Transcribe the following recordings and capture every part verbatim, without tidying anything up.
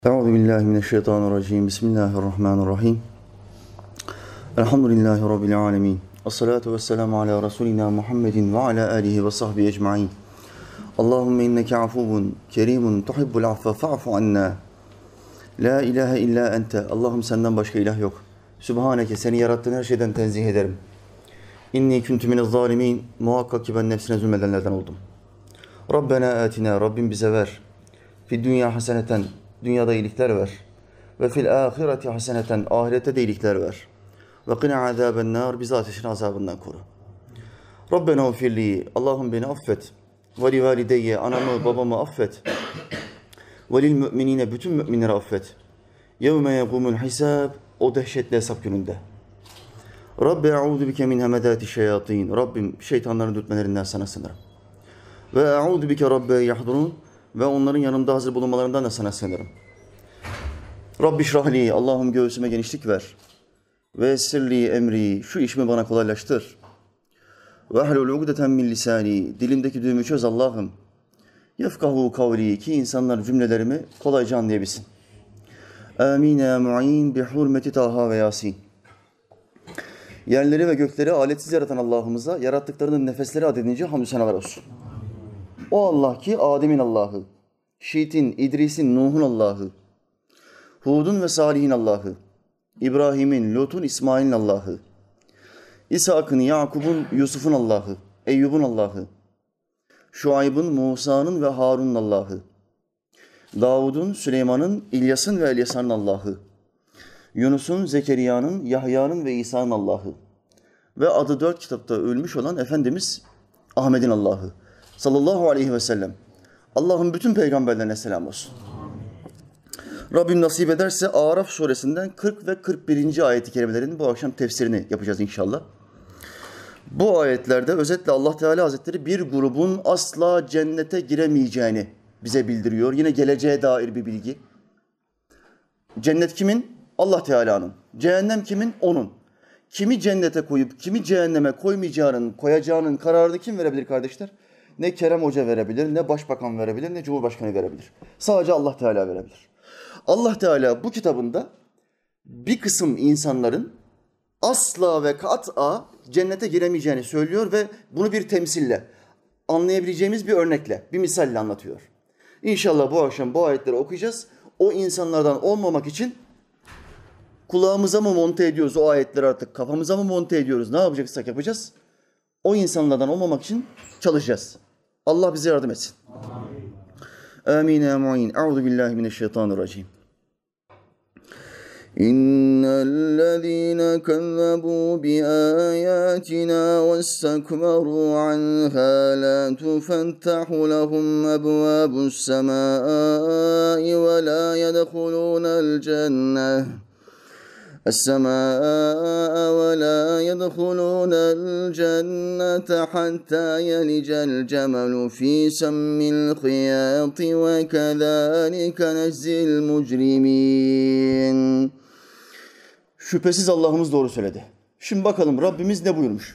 Euzu billahi mineşşeytanirracim. Bismillahirrahmanirrahim. Elhamdülillahi rabbil alamin. Essalatu vesselamu ala resulina Muhammedin ve ala alihi ve sahbihi ecmaîn. Allahumme inneke afuvun kerimun tuhibbul affe fa'fu anna. La ilahe illa ente. Allah'ım senden başka ilah yok. Sübhaneke, seni yarattığın her şeyden tenzih ederim. İnni kuntu minez zalimin. Muhakkak ki ben nefsine zulmedenlerden oldum. Rabbena atina. Rabbim bize ver. Fid dünya haseneten. Dünyada iyilikler ver. Ve fil ahireti haseneten, ahirette de iyilikler ver. Ve qina azaben nar, bizi ateşin azabından koru. Rabbena ufirli, Allah'ım beni affet. Ve li valideyye, anamı babamı affet. Ve lil müminine, bütün müminleri affet. Yevme yegumul hisab, o dehşetli hesap gününde. Rabbi e'udu bike min hemedati şeyatin. Rabbim şeytanların dürtmelerinden sana sığınırım. Ve e'udu bike rabbe yahdurun. Ve onların yanımda hazır bulunmalarından da sana sığınırım. Rabbi şrahli, Allah'ım göğsüme genişlik ver. Ve sirli emri, şu işimi bana kolaylaştır. Ve ahlul ugdeten min lisani, dilimdeki düğümü çöz Allah'ım. Yefkahu kavli, ki insanlar cümlelerimi kolayca anlayabilsin. Amin ya mu'in bi hurmeti Taha ve Yasin. Yerleri ve gökleri aletsiz yaratan Allah'ımıza, yarattıklarının nefesleri adedince hamdü senalar olsun. O Allah ki Adem'in Allah'ı, Şit'in, İdris'in, Nuh'un Allah'ı, Hud'un ve Salih'in Allah'ı, İbrahim'in, Lut'un, İsmail'in Allah'ı, İshak'ın, Yakub'un, Yusuf'un Allah'ı, Eyyub'un Allah'ı, Şuayb'ın, Musa'nın ve Harun'un Allah'ı, Davud'un, Süleyman'ın, İlyas'ın ve Elyasa'nın Allah'ı, Yunus'un, Zekeriya'nın, Yahya'nın ve İsa'nın Allah'ı ve adı dört kitapta ölmüş olan Efendimiz Ahmet'in Allah'ı sallallahu aleyhi ve sellem. Allah'ın bütün peygamberlerine selam olsun. Rabbim nasip ederse Araf suresinden kırk ve kırk birinci ayet-i kerimelerin bu akşam tefsirini yapacağız inşallah. Bu ayetlerde özetle Allah Teala Hazretleri bir grubun asla cennete giremeyeceğini bize bildiriyor. Yine geleceğe dair bir bilgi. Cennet kimin? Allah Teala'nın. Cehennem kimin? Onun. Kimi cennete koyup kimi cehenneme koymayacağının, koyacağının kararını kim verebilir kardeşler? Ne Kerem Hoca verebilir, ne Başbakan verebilir, ne Cumhurbaşkanı verebilir. Sadece Allah Teala verebilir. Allah Teala bu kitabında bir kısım insanların asla ve kat'a cennete giremeyeceğini söylüyor ve bunu bir temsille, anlayabileceğimiz bir örnekle, bir misalle anlatıyor. İnşallah bu akşam bu ayetleri okuyacağız. O insanlardan olmamak için kulağımıza mı monte ediyoruz o ayetleri, artık kafamıza mı monte ediyoruz, ne yapacaksak yapacağız. O insanlardan olmamak için çalışacağız. Allah bize yardım etsin. Amin ya mu'in. Euzu billahi mineşşeytanirracim. İnnellezîne kezzebû bi âyâtinâ vestekberû anhâ lâ tufettahu lehum ebvâbus semâi ve lâ yedhulûnel cenneh. السماء ولا يدخلون الجنة حتى يلج الجمل في سم الخياط وكذلك نجزي المجرمين. Şüphesiz Allah'ımız doğru söyledi. Şimdi bakalım Rabbimiz ne buyurmuş?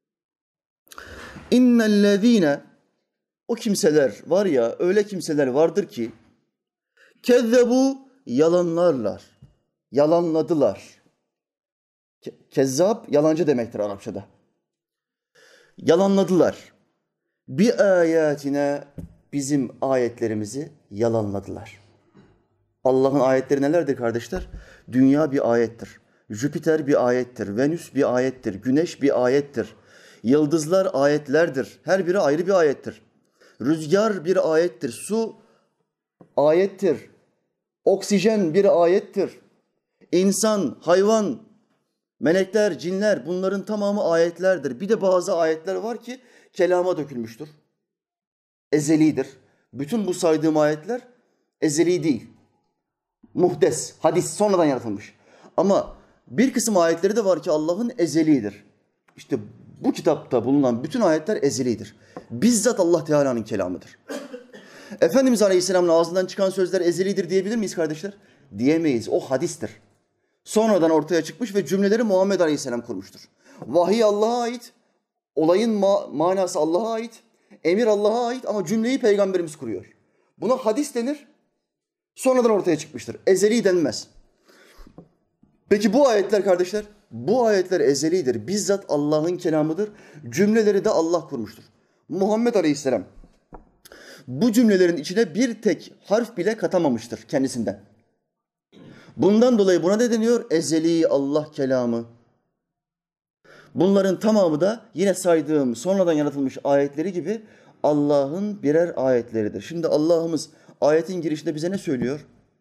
İnnellezîne, o kimseler var ya, öyle kimseler vardır ki kezzebu, yalanlarlar. Yalanladılar. Kezzap, yalancı demektir Arapçada. Yalanladılar. Bi ayetine, bizim ayetlerimizi yalanladılar. Allah'ın ayetleri nelerdir kardeşler? Dünya bir ayettir. Jüpiter bir ayettir. Venüs bir ayettir. Güneş bir ayettir. Yıldızlar ayetlerdir. Her biri ayrı bir ayettir. Rüzgar bir ayettir. Su ayettir. Oksijen bir ayettir. İnsan, hayvan, melekler, cinler, bunların tamamı ayetlerdir. Bir de bazı ayetler var ki kelama dökülmüştür. Ezelidir. Bütün bu saydığım ayetler ezeli değil. Muhdes, hadis, sonradan yaratılmış. Ama bir kısım ayetleri de var ki Allah'ın ezelidir. İşte bu kitapta bulunan bütün ayetler ezelidir. Bizzat Allah Teala'nın kelamıdır. Efendimiz Aleyhisselam'ın ağzından çıkan sözler ezelidir diyebilir miyiz kardeşler? Diyemeyiz. O hadistir. Sonradan ortaya çıkmış ve cümleleri Muhammed Aleyhisselam kurmuştur. Vahiy Allah'a ait, olayın ma- manası Allah'a ait, emir Allah'a ait ama cümleyi Peygamberimiz kuruyor. Buna hadis denir. Sonradan ortaya çıkmıştır. Ezeli denmez. Peki bu ayetler kardeşler, bu ayetler ezelidir. Bizzat Allah'ın kelamıdır. Cümleleri de Allah kurmuştur. Muhammed Aleyhisselam bu cümlelerin içine bir tek harf bile katamamıştır kendisinden. Bundan dolayı buna ne deniyor? Ezeli Allah kelamı. Bunların tamamı da yine saydığım sonradan yaratılmış ayetleri gibi Allah'ın birer ayetleridir. Şimdi Allah'ımız ayetin girişinde bize ne söylüyor?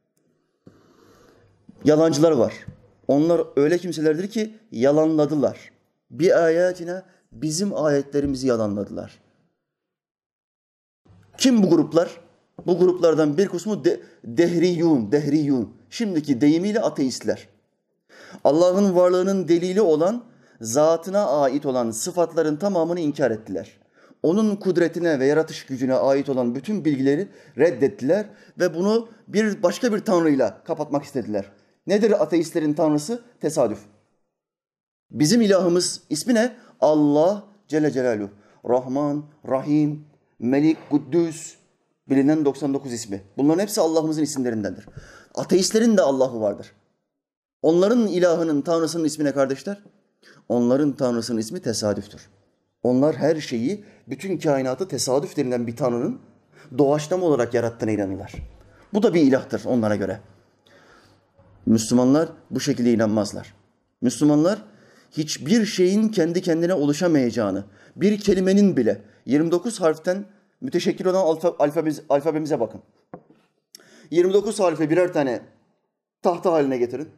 Yalancılar var. Onlar öyle kimselerdir ki yalanladılar. Bir ayetine bizim ayetlerimizi yalanladılar. Kim bu gruplar? Bu gruplardan bir kısmı de, dehriyun, dehriyun. Şimdiki deyimiyle ateistler. Allah'ın varlığının delili olan, zatına ait olan sıfatların tamamını inkar ettiler. Onun kudretine ve yaratış gücüne ait olan bütün bilgileri reddettiler ve bunu bir başka bir tanrıyla kapatmak istediler. Nedir ateistlerin tanrısı? Tesadüf. Bizim ilahımız ismi ne? Allah Celle Celaluhu. Rahman, Rahim, Melik, Kuddüs, bilinen doksan dokuz ismi. Bunların hepsi Allah'ımızın isimlerindendir. Ateistlerin de Allah'ı vardır. Onların ilahının, tanrısının ismi ne kardeşler? Onların tanrısının ismi tesadüftür. Onlar her şeyi, bütün kainatı tesadüf denilen bir tanrının doğaçlama olarak yarattığına inanırlar. Bu da bir ilahtır onlara göre. Müslümanlar bu şekilde inanmazlar. Müslümanlar hiçbir şeyin kendi kendine oluşamayacağını, bir kelimenin bile yirmi dokuz harften müteşekkil olan alfa, alfabemiz, alfabemize bakın. yirmi dokuz harfi birer tane tahta haline getirin.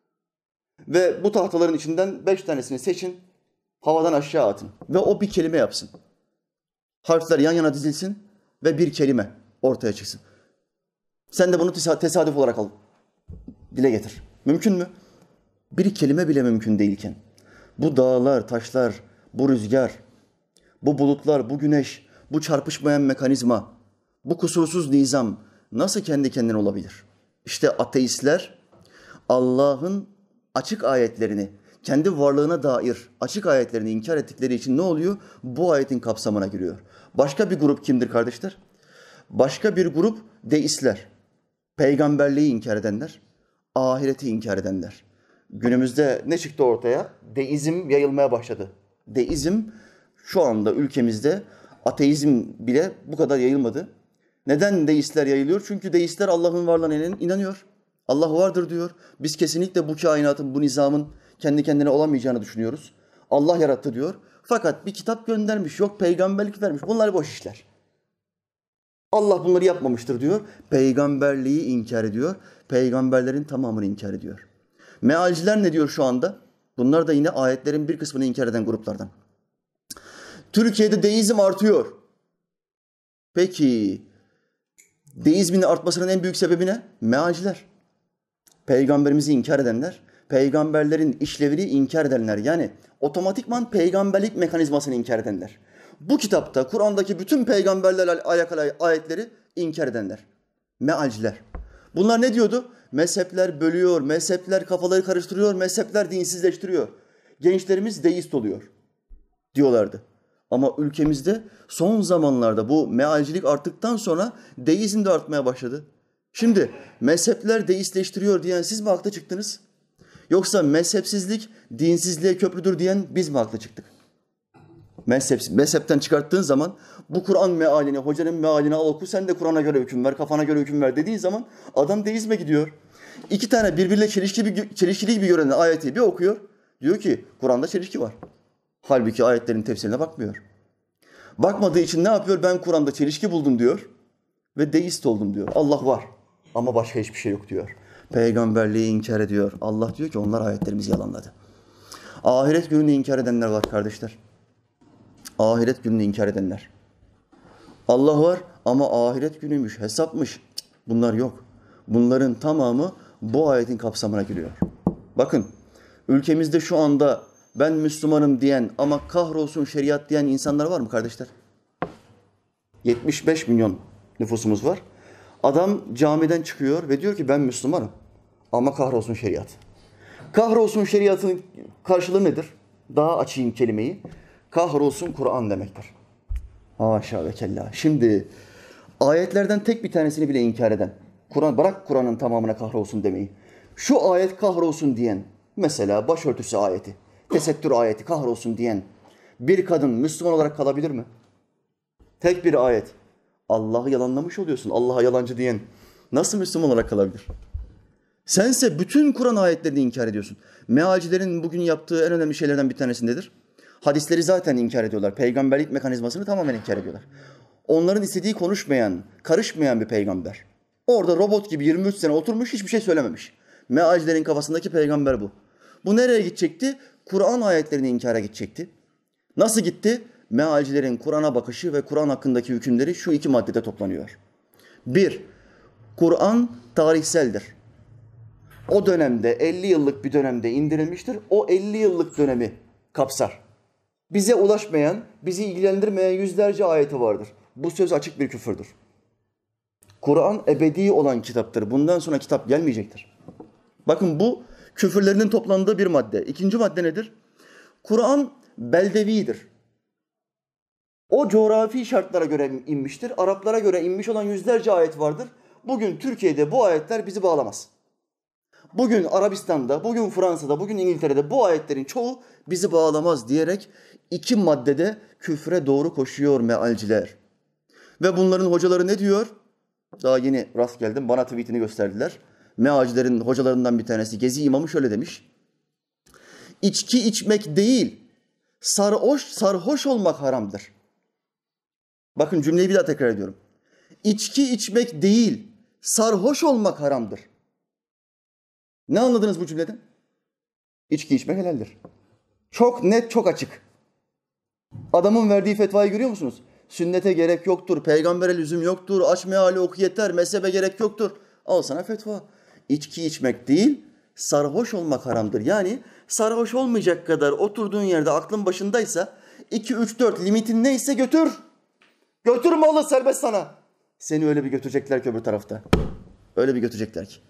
Ve bu tahtaların içinden beş tanesini seçin, havadan aşağı atın. Ve o bir kelime yapsın. Harfler yan yana dizilsin ve bir kelime ortaya çıksın. Sen de bunu tesadüf olarak al, dile getir. Mümkün mü? Bir kelime bile mümkün değilken, bu dağlar, taşlar, bu rüzgar, bu bulutlar, bu güneş, bu çarpışmayan mekanizma, bu kusursuz nizam nasıl kendi kendine olabilir? İşte ateistler Allah'ın açık ayetlerini, kendi varlığına dair açık ayetlerini inkar ettikleri için ne oluyor? Bu ayetin kapsamına giriyor. Başka bir grup kimdir kardeşler? Başka bir grup deistler. Peygamberliği inkar edenler, ahireti inkar edenler. Günümüzde ne çıktı ortaya? Deizm yayılmaya başladı. Deizm şu anda ülkemizde, ateizm bile bu kadar yayılmadı. Neden deistler yayılıyor? Çünkü deistler Allah'ın varlığına inanıyor. Allah vardır diyor. Biz kesinlikle bu kainatın, bu nizamın kendi kendine olamayacağını düşünüyoruz. Allah yarattı diyor. Fakat bir kitap göndermiş, yok peygamberlik vermiş. Bunlar boş işler. Allah bunları yapmamıştır diyor. Peygamberliği inkar ediyor. Peygamberlerin tamamını inkar ediyor. Mealciler ne diyor şu anda? Bunlar da yine ayetlerin bir kısmını inkar eden gruplardan. Türkiye'de deizm artıyor. Peki deizmin artmasının en büyük sebebi ne? Mealciler. Peygamberimizi inkar edenler, peygamberlerin işlevini inkar edenler, yani otomatikman peygamberlik mekanizmasını inkar edenler. Bu kitapta, Kur'an'daki bütün peygamberlerle alakalı ayetleri inkar edenler, mealciler. Bunlar ne diyordu? Mezhepler bölüyor, mezhepler kafaları karıştırıyor, mezhepler dinsizleştiriyor. Gençlerimiz deist oluyor diyorlardı. Ama ülkemizde son zamanlarda bu mealcilik arttıktan sonra deizm de artmaya başladı. Şimdi mezhepler deistleştiriyor diyen siz mi haklı çıktınız? Yoksa mezhepsizlik dinsizliğe köprüdür diyen biz mi haklı çıktık? Mezhep, mezhepten çıkarttığın zaman bu Kur'an mealini, hocanın mealini al oku, sen de Kur'an'a göre hüküm ver, kafana göre hüküm ver dediğin zaman adam deizme gidiyor. İki tane birbiriyle çelişkili, çelişkili gibi gören ayeti bir okuyor. Diyor ki Kur'an'da çelişki var. Halbuki ayetlerin tefsirine bakmıyor. Bakmadığı için ne yapıyor? Ben Kur'an'da çelişki buldum diyor ve deist oldum diyor. Allah var ama başka hiçbir şey yok diyor. Peygamberliği inkar ediyor. Allah diyor ki onlar ayetlerimizi yalanladı. Ahiret gününü inkar edenler var kardeşler. Ahiret gününü inkar edenler. Allah var ama ahiret günüymüş, hesapmış. Bunlar yok. Bunların tamamı bu ayetin kapsamına giriyor. Bakın, ülkemizde şu anda ben Müslümanım diyen ama kahrolsun şeriat diyen insanlar var mı kardeşler? yetmiş beş milyon nüfusumuz var. Adam camiden çıkıyor ve diyor ki ben Müslümanım ama kahrolsun şeriat. Kahrolsun şeriatın karşılığı nedir? Daha açayım kelimeyi. Kahrolsun Kur'an demektir. Haşa ve kella. Şimdi ayetlerden tek bir tanesini bile inkar eden, Kur'an bırak Kur'an'ın tamamına kahrolsun demeyi. Şu ayet kahrolsun diyen, mesela başörtüsü ayeti, tesettür ayeti kahrolsun diyen bir kadın Müslüman olarak kalabilir mi? Tek bir ayet. Allah'ı yalanlamış oluyorsun. Allah'a yalancı diyen nasıl Müslüman olarak kalabilir? Sense bütün Kur'an ayetlerini inkar ediyorsun. Mealcilerin bugün yaptığı en önemli şeylerden bir tanesi nedir? Hadisleri zaten inkar ediyorlar. Peygamberlik mekanizmasını tamamen inkar ediyorlar. Onların istediği konuşmayan, karışmayan bir peygamber. Orada robot gibi yirmi üç sene oturmuş, hiçbir şey söylememiş. Mealcilerin kafasındaki peygamber bu. Bu nereye gidecekti? Kur'an ayetlerini inkara gidecekti. Nasıl gitti? Mealcilerin Kur'an'a bakışı ve Kur'an hakkındaki hükümleri şu iki maddede toplanıyor. Bir, Kur'an tarihseldir. O dönemde, elli yıllık bir dönemde indirilmiştir. O elli yıllık dönemi kapsar. Bize ulaşmayan, bizi ilgilendirmeyen yüzlerce ayeti vardır. Bu söz açık bir küfürdür. Kur'an ebedi olan kitaptır. Bundan sonra kitap gelmeyecektir. Bakın bu küfürlerinin toplandığı bir madde. İkinci madde nedir? Kur'an beldevidir. O coğrafi şartlara göre inmiştir. Araplara göre inmiş olan yüzlerce ayet vardır. Bugün Türkiye'de bu ayetler bizi bağlamaz. Bugün Arabistan'da, bugün Fransa'da, bugün İngiltere'de bu ayetlerin çoğu bizi bağlamaz diyerek iki maddede küfre doğru koşuyor mealciler. Ve bunların hocaları ne diyor? Daha yeni rast geldim, bana tweetini gösterdiler. Mealcilerin hocalarından bir tanesi Gezi imamı şöyle demiş. İçki içmek değil, sarhoş, sarhoş olmak haramdır. Bakın cümleyi bir daha tekrar ediyorum. İçki içmek değil, sarhoş olmak haramdır. Ne anladınız bu cümleden? İçki içmek helaldir. Çok net, çok açık. Adamın verdiği fetvayı görüyor musunuz? Sünnete gerek yoktur, peygambere lüzum yoktur, aç meali oku yeter, mezhebe gerek yoktur. Al sana fetva. İçki içmek değil, sarhoş olmak haramdır. Yani sarhoş olmayacak kadar oturduğun yerde aklın başındaysa iki, üç, dört limitin neyse götür. Götür malı serbest sana. Seni öyle bir götürecekler ki öbür tarafta. Öyle bir götürecekler ki.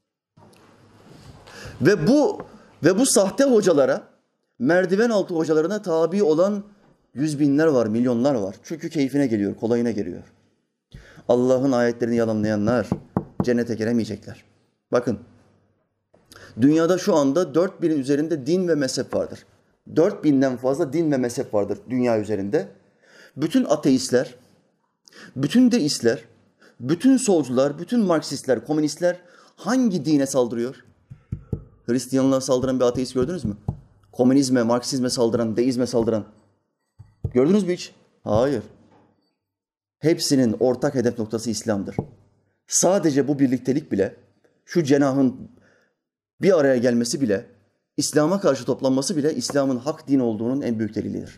Ve bu ve bu sahte hocalara, merdiven altı hocalarına tabi olan yüz binler var, milyonlar var. Çünkü keyfine geliyor, kolayına geliyor. Allah'ın ayetlerini yalanlayanlar cennete giremeyecekler. Bakın, dünyada şu anda dört binin üzerinde din ve mezhep vardır. Dört binden fazla din ve mezhep vardır dünya üzerinde. Bütün ateistler, bütün deistler, bütün solcular, bütün Marksistler, komünistler hangi dine saldırıyor? Hristiyanlığa saldıran bir ateist gördünüz mü? Komünizme, Marksizme saldıran, deizme saldıran. Gördünüz mü hiç? Hayır. Hepsinin ortak hedef noktası İslam'dır. Sadece bu birliktelik bile, şu cenahın bir araya gelmesi bile, İslam'a karşı toplanması bile İslam'ın hak din olduğunun en büyük delilidir.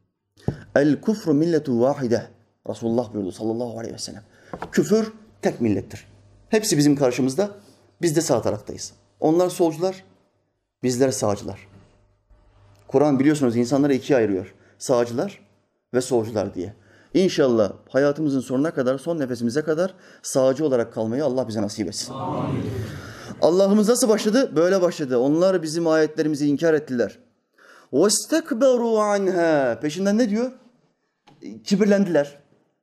El kufru milletu vahide. Resulullah buyurdu sallallahu aleyhi ve sellem. Küfür tek millettir. Hepsi bizim karşımızda, biz de sağ taraftayız. Onlar solcular, bizler sağcılar. Kur'an biliyorsunuz insanları ikiye ayırıyor. Sağcılar ve solcular diye. İnşallah hayatımızın sonuna kadar, son nefesimize kadar sağcı olarak kalmayı Allah bize nasip etsin. Amin. Allah'ımız nasıl başladı? Böyle başladı. Onlar bizim ayetlerimizi inkar ettiler. وَاسْتَكْبَرُوا عَنْهَا. Peşinden ne diyor? Kibirlendiler.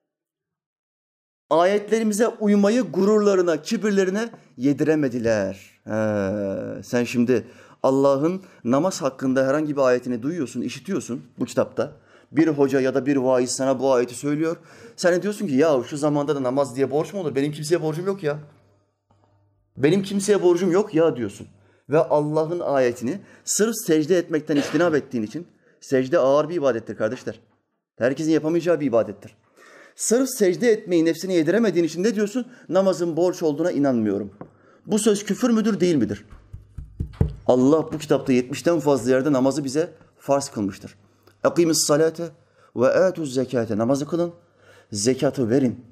Ayetlerimize uymayı gururlarına, kibirlerine yediremediler. He, sen şimdi Allah'ın namaz hakkında herhangi bir ayetini duyuyorsun, işitiyorsun bu kitapta. Bir hoca ya da bir vaiz sana bu ayeti söylüyor. Sen diyorsun ki ya şu zamanda da namaz diye borç mu olur? Benim kimseye borcum yok ya. Benim kimseye borcum yok ya diyorsun. Ve Allah'ın ayetini sırf secde etmekten istinab ettiğin için, secde ağır bir ibadettir kardeşler. Herkesin yapamayacağı bir ibadettir. Sırf secde etmeyi nefsine yediremediğin için ne diyorsun? Namazın borç olduğuna inanmıyorum. Bu söz küfür müdür, değil midir? Allah bu kitapta yetmişten fazla yerde namazı bize farz kılmıştır. Akimis salate ve atuz zekate. Namazı kılın, zekatı verin.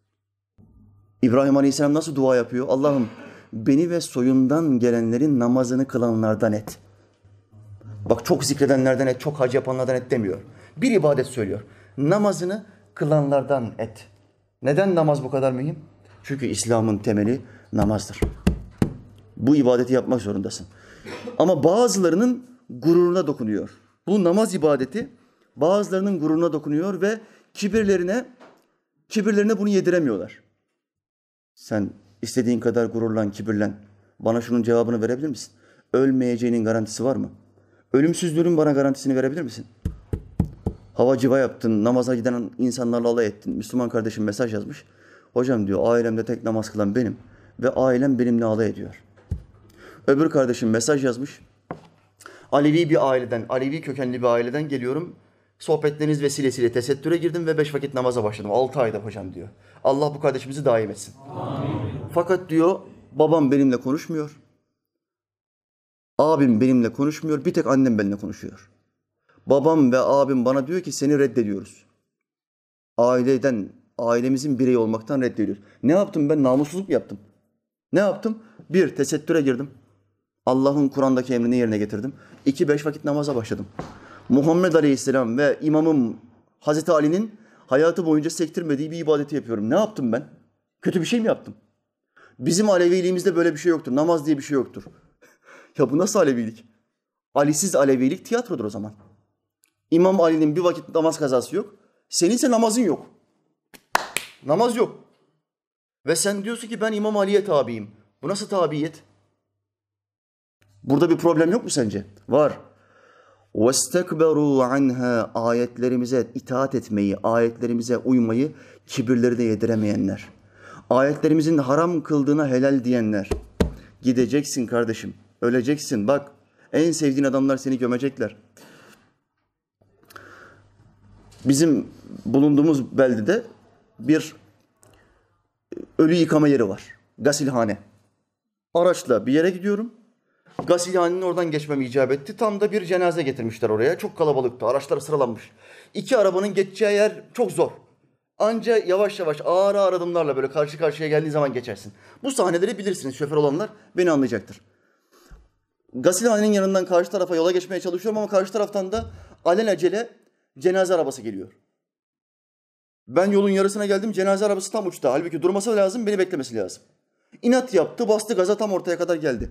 İbrahim Aleyhisselam nasıl dua yapıyor? Allah'ım beni ve soyundan gelenlerin namazını kılanlardan et. Bak çok zikredenlerden et, çok hac yapanlardan et demiyor. Bir ibadet söylüyor. Namazını kılanlardan et. Neden namaz bu kadar mühim? Çünkü İslam'ın temeli namazdır. Bu ibadeti yapmak zorundasın. Ama bazılarının gururuna dokunuyor. Bu namaz ibadeti bazılarının gururuna dokunuyor ve kibirlerine kibirlerine bunu yediremiyorlar. Sen İstediğin kadar gururlan, kibirlen. Bana şunun cevabını verebilir misin? Ölmeyeceğinin garantisi var mı? Ölümsüzlüğün bana garantisini verebilir misin? Hava civa yaptın, namaza giden insanlarla alay ettin. Müslüman kardeşim mesaj yazmış. Hocam diyor, ailemde tek namaz kılan benim ve ailem benimle alay ediyor. Öbür kardeşim mesaj yazmış. Alevi bir aileden, Alevi kökenli bir aileden geliyorum. Sohbetleriniz vesilesiyle tesettüre girdim ve beş vakit namaza başladım. Altı ayda hocam diyor. Allah bu kardeşimizi daim etsin. Amin. Fakat diyor, babam benimle konuşmuyor. Abim benimle konuşmuyor. Bir tek annem benimle konuşuyor. Babam ve abim bana diyor ki seni reddediyoruz. Aileden, ailemizin bireyi olmaktan reddediyoruz. Ne yaptım ben? Namussuzluk yaptım. Ne yaptım? Bir, tesettüre girdim. Allah'ın Kur'an'daki emrini yerine getirdim. İki, beş vakit namaza başladım. Muhammed Aleyhisselam ve imamım Hazreti Ali'nin hayatı boyunca sektirmediği bir ibadeti yapıyorum. Ne yaptım ben? Kötü bir şey mi yaptım? Bizim Aleviliğimizde böyle bir şey yoktur. Namaz diye bir şey yoktur. Ya bu nasıl Alevilik? Ali'siz Alevilik tiyatrodur o zaman. İmam Ali'nin bir vakit namaz kazası yok. Senin ise namazın yok. Namaz yok. Ve sen diyorsun ki ben İmam Ali'ye tabiyim. Bu nasıl tabiyet? Burada bir problem yok mu sence? Var. وَاسْتَكْبَرُوا عَنْهَا Ayetlerimize itaat etmeyi, ayetlerimize uymayı kibirleri de yediremeyenler. Ayetlerimizin haram kıldığına helal diyenler. Gideceksin kardeşim, öleceksin. Bak, en sevdiğin adamlar seni gömecekler. Bizim bulunduğumuz beldede bir ölü yıkama yeri var. Gasilhane. Araçla bir yere gidiyorum. Gasilhanenin oradan geçmem icap etti. Tam da bir cenaze getirmişler oraya. Çok kalabalıktı. Araçlar sıralanmış. İki arabanın geçeceği yer çok zor. Anca yavaş yavaş ağır ağır adımlarla böyle karşı karşıya geldiğin zaman geçersin. Bu sahneleri bilirsiniz. Şoför olanlar beni anlayacaktır. Gasilhanenin yanından karşı tarafa yola geçmeye çalışıyorum ama karşı taraftan da alelacele cenaze arabası geliyor. Ben yolun yarısına geldim. Cenaze arabası tam uçta. Halbuki durması lazım, beni beklemesi lazım. İnat yaptı, bastı gaza, tam ortaya kadar geldi.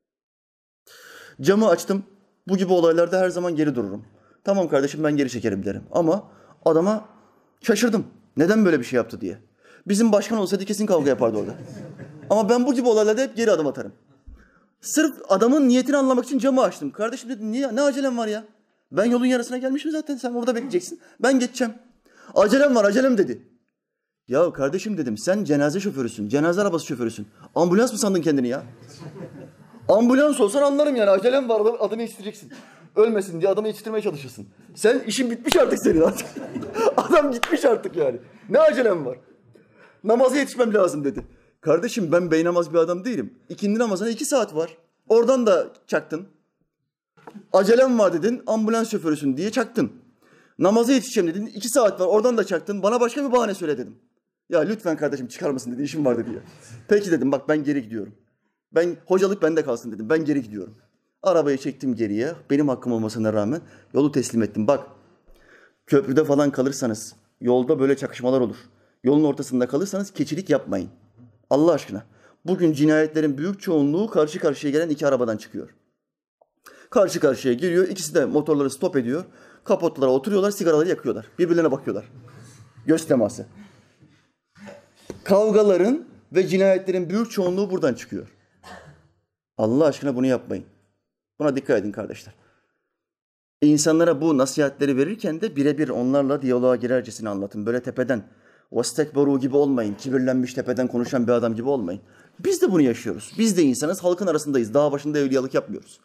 Camı açtım. Bu gibi olaylarda her zaman geri dururum. Tamam kardeşim, ben geri çekerim derim. Ama adama şaşırdım. Neden böyle bir şey yaptı diye. Bizim başkan olsaydı kesin kavga yapardı orada. Ama ben bu gibi olaylarda hep geri adım atarım. Sırf adamın niyetini anlamak için camı açtım. Kardeşim dedim, niye, ne acelem var ya? Ben yolun yarısına gelmişim zaten. Sen orada bekleyeceksin. Ben geçeceğim. Acelem var, acelem dedi. Ya kardeşim dedim, sen cenaze şoförüsün. Cenaze arabası şoförüsün. Ambulans mı sandın kendini ya? Ambulans olsan anlarım yani. Acelem var, adamı yetiştireceksin. Ölmesin diye adamı yetiştirmeye çalışırsın. Sen işin bitmiş artık senin artık. Adam gitmiş artık yani. Ne acelem var? Namaza yetişmem lazım dedi. Kardeşim ben beynamaz bir adam değilim. İkindi namazına iki saat var. Oradan da çaktın. Acelem var dedin, ambulans şoförüsün diye çaktın. Namaza yetişeceğim dedin, iki saat var, oradan da çaktın. Bana başka bir bahane söyle dedim. Ya lütfen kardeşim çıkar mısın dedi, işim var dedi ya. Peki dedim, bak ben geri gidiyorum. Ben hocalık bende kalsın dedim, ben geri gidiyorum. Arabayı çektim geriye, benim hakkım olmasına rağmen yolu teslim ettim. Bak, köprüde falan kalırsanız, yolda böyle çakışmalar olur. Yolun ortasında kalırsanız keçilik yapmayın. Allah aşkına. Bugün cinayetlerin büyük çoğunluğu karşı karşıya gelen iki arabadan çıkıyor. Karşı karşıya giriyor, ikisi de motorları stop ediyor. Kapotlara oturuyorlar, sigaraları yakıyorlar. Birbirlerine bakıyorlar. Göz teması. Kavgaların ve cinayetlerin büyük çoğunluğu buradan çıkıyor. Allah aşkına bunu yapmayın. Buna dikkat edin kardeşler. İnsanlara bu nasihatleri verirken de birebir onlarla diyaloğa girercesine anlatın. Böyle tepeden, vastekbaru gibi olmayın. Kibirlenmiş tepeden konuşan bir adam gibi olmayın. Biz de bunu yaşıyoruz. Biz de insanız, halkın arasındayız. Dağ başında evliyalık yapmıyoruz.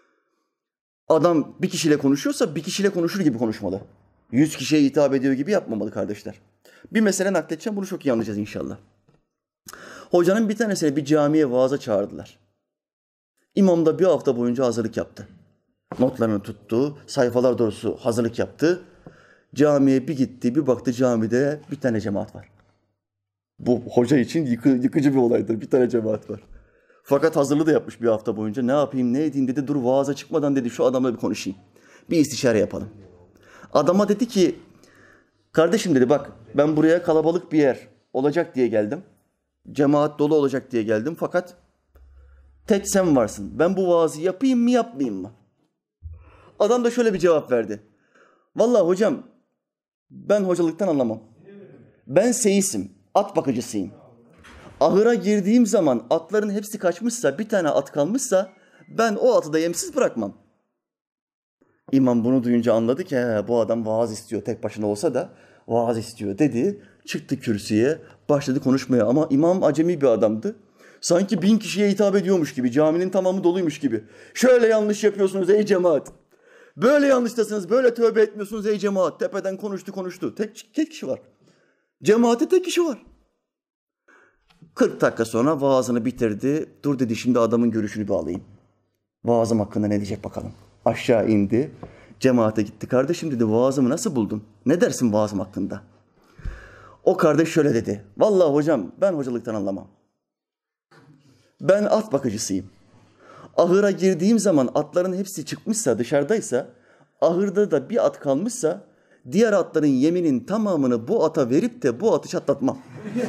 Adam bir kişiyle konuşuyorsa bir kişiyle konuşur gibi konuşmalı. Yüz kişiye hitap ediyor gibi yapmamalı kardeşler. Bir mesele nakledeceğim, bunu çok iyi anlayacağız inşallah. Hocanın bir tanesine bir camiye vaaza çağırdılar. İmam da bir hafta boyunca hazırlık yaptı. Notlarını tuttu, sayfalar dolusu hazırlık yaptı. Camiye bir gitti, bir baktı camide bir tane cemaat var. Bu hoca için yıkı, yıkıcı bir olaydır, bir tane cemaat var. Fakat hazırlığı da yapmış bir hafta boyunca. Ne yapayım, ne edeyim dedi. Dur vaaza çıkmadan dedi şu adamla bir konuşayım. Bir istişare yapalım. Adama dedi ki, kardeşim dedi bak ben buraya kalabalık bir yer olacak diye geldim. Cemaat dolu olacak diye geldim. Fakat tek sen varsın. Ben bu vaazı yapayım mı yapmayayım mı? Adam da şöyle bir cevap verdi. Vallahi hocam ben hocalıktan anlamam. Ben seyisim, at bakıcısıyım. Ahıra girdiğim zaman atların hepsi kaçmışsa, bir tane at kalmışsa ben o atı da yemsiz bırakmam. İmam bunu duyunca anladı ki he, bu adam vaaz istiyor, tek başına olsa da vaaz istiyor dedi. Çıktı kürsüye, başladı konuşmaya ama imam acemi bir adamdı. Sanki bin kişiye hitap ediyormuş gibi, caminin tamamı doluymuş gibi. Şöyle yanlış yapıyorsunuz ey cemaat. Böyle yanlıştasınız, böyle tövbe etmiyorsunuz ey cemaat. Tepeden konuştu konuştu. Tek, tek kişi var. Cemaate tek kişi var. kırk dakika sonra vaazını bitirdi. Dur dedi, şimdi adamın görüşünü bir alayım. Vaazım hakkında ne diyecek bakalım. Aşağı indi. Cemaate gitti. Kardeşim dedi, vaazımı nasıl buldun? Ne dersin vaazım hakkında? O kardeş şöyle dedi. Vallahi hocam ben hocalıktan anlamam. Ben at bakıcısıyım. Ahıra girdiğim zaman atların hepsi çıkmışsa, dışarıdaysa, ahırda da bir at kalmışsa diğer atların yeminin tamamını bu ata verip de bu atı çatlatmam.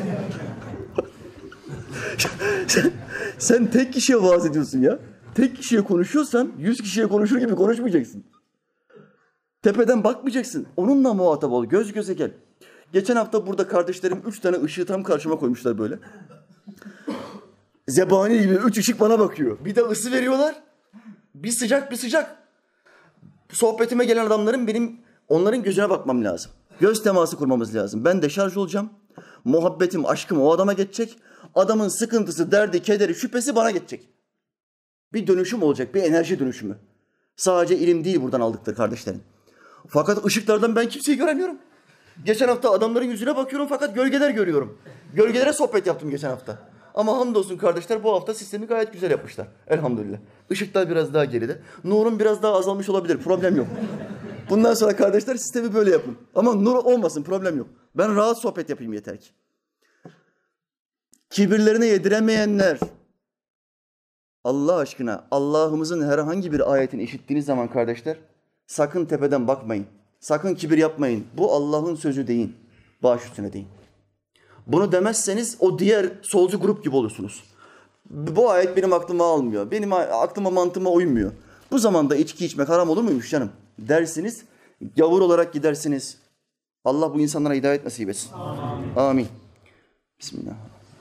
sen, sen tek kişiye vaaz ediyorsun ya. Tek kişiye konuşuyorsan yüz kişiye konuşur gibi konuşmayacaksın. Tepeden bakmayacaksın. Onunla muhatap ol. Göz göze gel. Geçen hafta burada kardeşlerim üç tane ışığı tam karşıma koymuşlar böyle. Zebani gibi üç ışık bana bakıyor. Bir de ısı veriyorlar. Bir sıcak bir sıcak. Sohbetime gelen adamların benim onların gözüne bakmam lazım. Göz teması kurmamız lazım. Ben de şarj olacağım. Muhabbetim, aşkım o adama geçecek. Adamın sıkıntısı, derdi, kederi, şüphesi bana geçecek. Bir dönüşüm olacak, bir enerji dönüşümü. Sadece ilim değil buradan aldıkları kardeşlerim. Fakat ışıklardan ben kimseyi göremiyorum. Geçen hafta adamların yüzüne bakıyorum fakat gölgeler görüyorum. Gölgelere sohbet yaptım geçen hafta. Ama hamdolsun kardeşler bu hafta sistemi gayet güzel yapmışlar. Elhamdülillah. Işıklar biraz daha geride. Nurun biraz daha azalmış olabilir. Problem yok. Bundan sonra kardeşler sistemi böyle yapın. Ama nur olmasın, problem yok. Ben rahat sohbet yapayım yeter ki. Kibirlerine yediremeyenler, Allah aşkına Allah'ımızın herhangi bir ayetini işittiğiniz zaman kardeşler sakın tepeden bakmayın. Sakın kibir yapmayın. Bu Allah'ın sözü değil. Baş üstüne deyin. Bunu demezseniz o diğer solcu grup gibi olursunuz. Bu ayet benim aklıma almıyor. Benim aklıma mantığıma uymuyor. Bu zamanda içki içmek haram olur muymuş canım? Dersiniz, gavur olarak gidersiniz. Allah bu insanlara hidayet nasip etsin. Amin. Amin. Bismillah.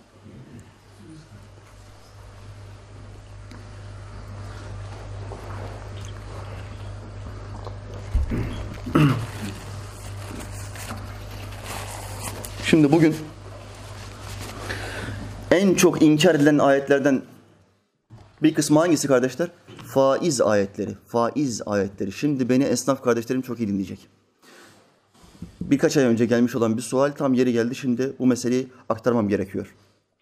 Şimdi bugün en çok inkar edilen ayetlerden bir kısmı hangisi kardeşler? Faiz ayetleri. Faiz ayetleri. Şimdi beni esnaf kardeşlerim çok iyi dinleyecek. Birkaç ay önce gelmiş olan bir sual tam yeri geldi. Şimdi bu meseleyi aktarmam gerekiyor.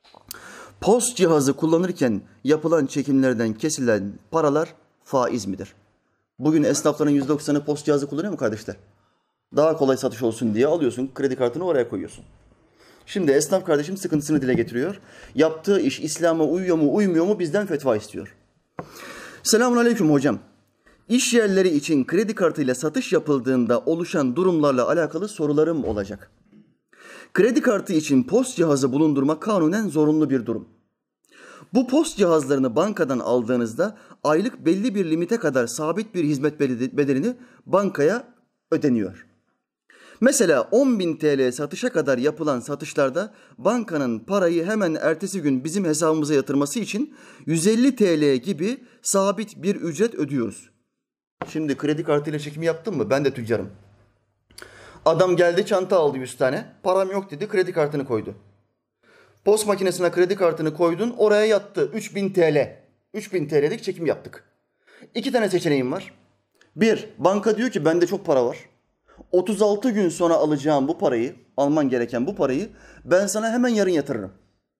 Post cihazı kullanırken yapılan çekimlerden kesilen paralar faiz midir? Bugün esnafların yüzde doksanı post cihazı kullanıyor mu kardeşler? Daha kolay satış olsun diye alıyorsun, kredi kartını oraya koyuyorsun. Şimdi esnaf kardeşim sıkıntısını dile getiriyor. Yaptığı iş İslam'a uyuyor mu, uymuyor mu bizden fetva istiyor. Selamun aleyküm hocam. İş yerleri için kredi kartıyla satış yapıldığında oluşan durumlarla alakalı sorularım olacak. Kredi kartı için post cihazı bulundurmak kanunen zorunlu bir durum. Bu post cihazlarını bankadan aldığınızda aylık belli bir limite kadar sabit bir hizmet bedelini bankaya ödeniyor. Mesela on bin T L satışa kadar yapılan satışlarda bankanın parayı hemen ertesi gün bizim hesabımıza yatırması için yüz elli T L gibi sabit bir ücret ödüyoruz. Şimdi kredi kartıyla çekimi yaptın mı? Ben de tüccarım. Adam geldi çanta aldı yüz tane. Param yok dedi, kredi kartını koydu. Post makinesine kredi kartını koydun, oraya yattı. üç bin T L. üç bin T L'lik çekim yaptık. İki tane seçeneğim var. Bir, banka diyor ki bende çok para var. otuz altı gün sonra alacağım bu parayı, alman gereken bu parayı ben sana hemen yarın yatırırım.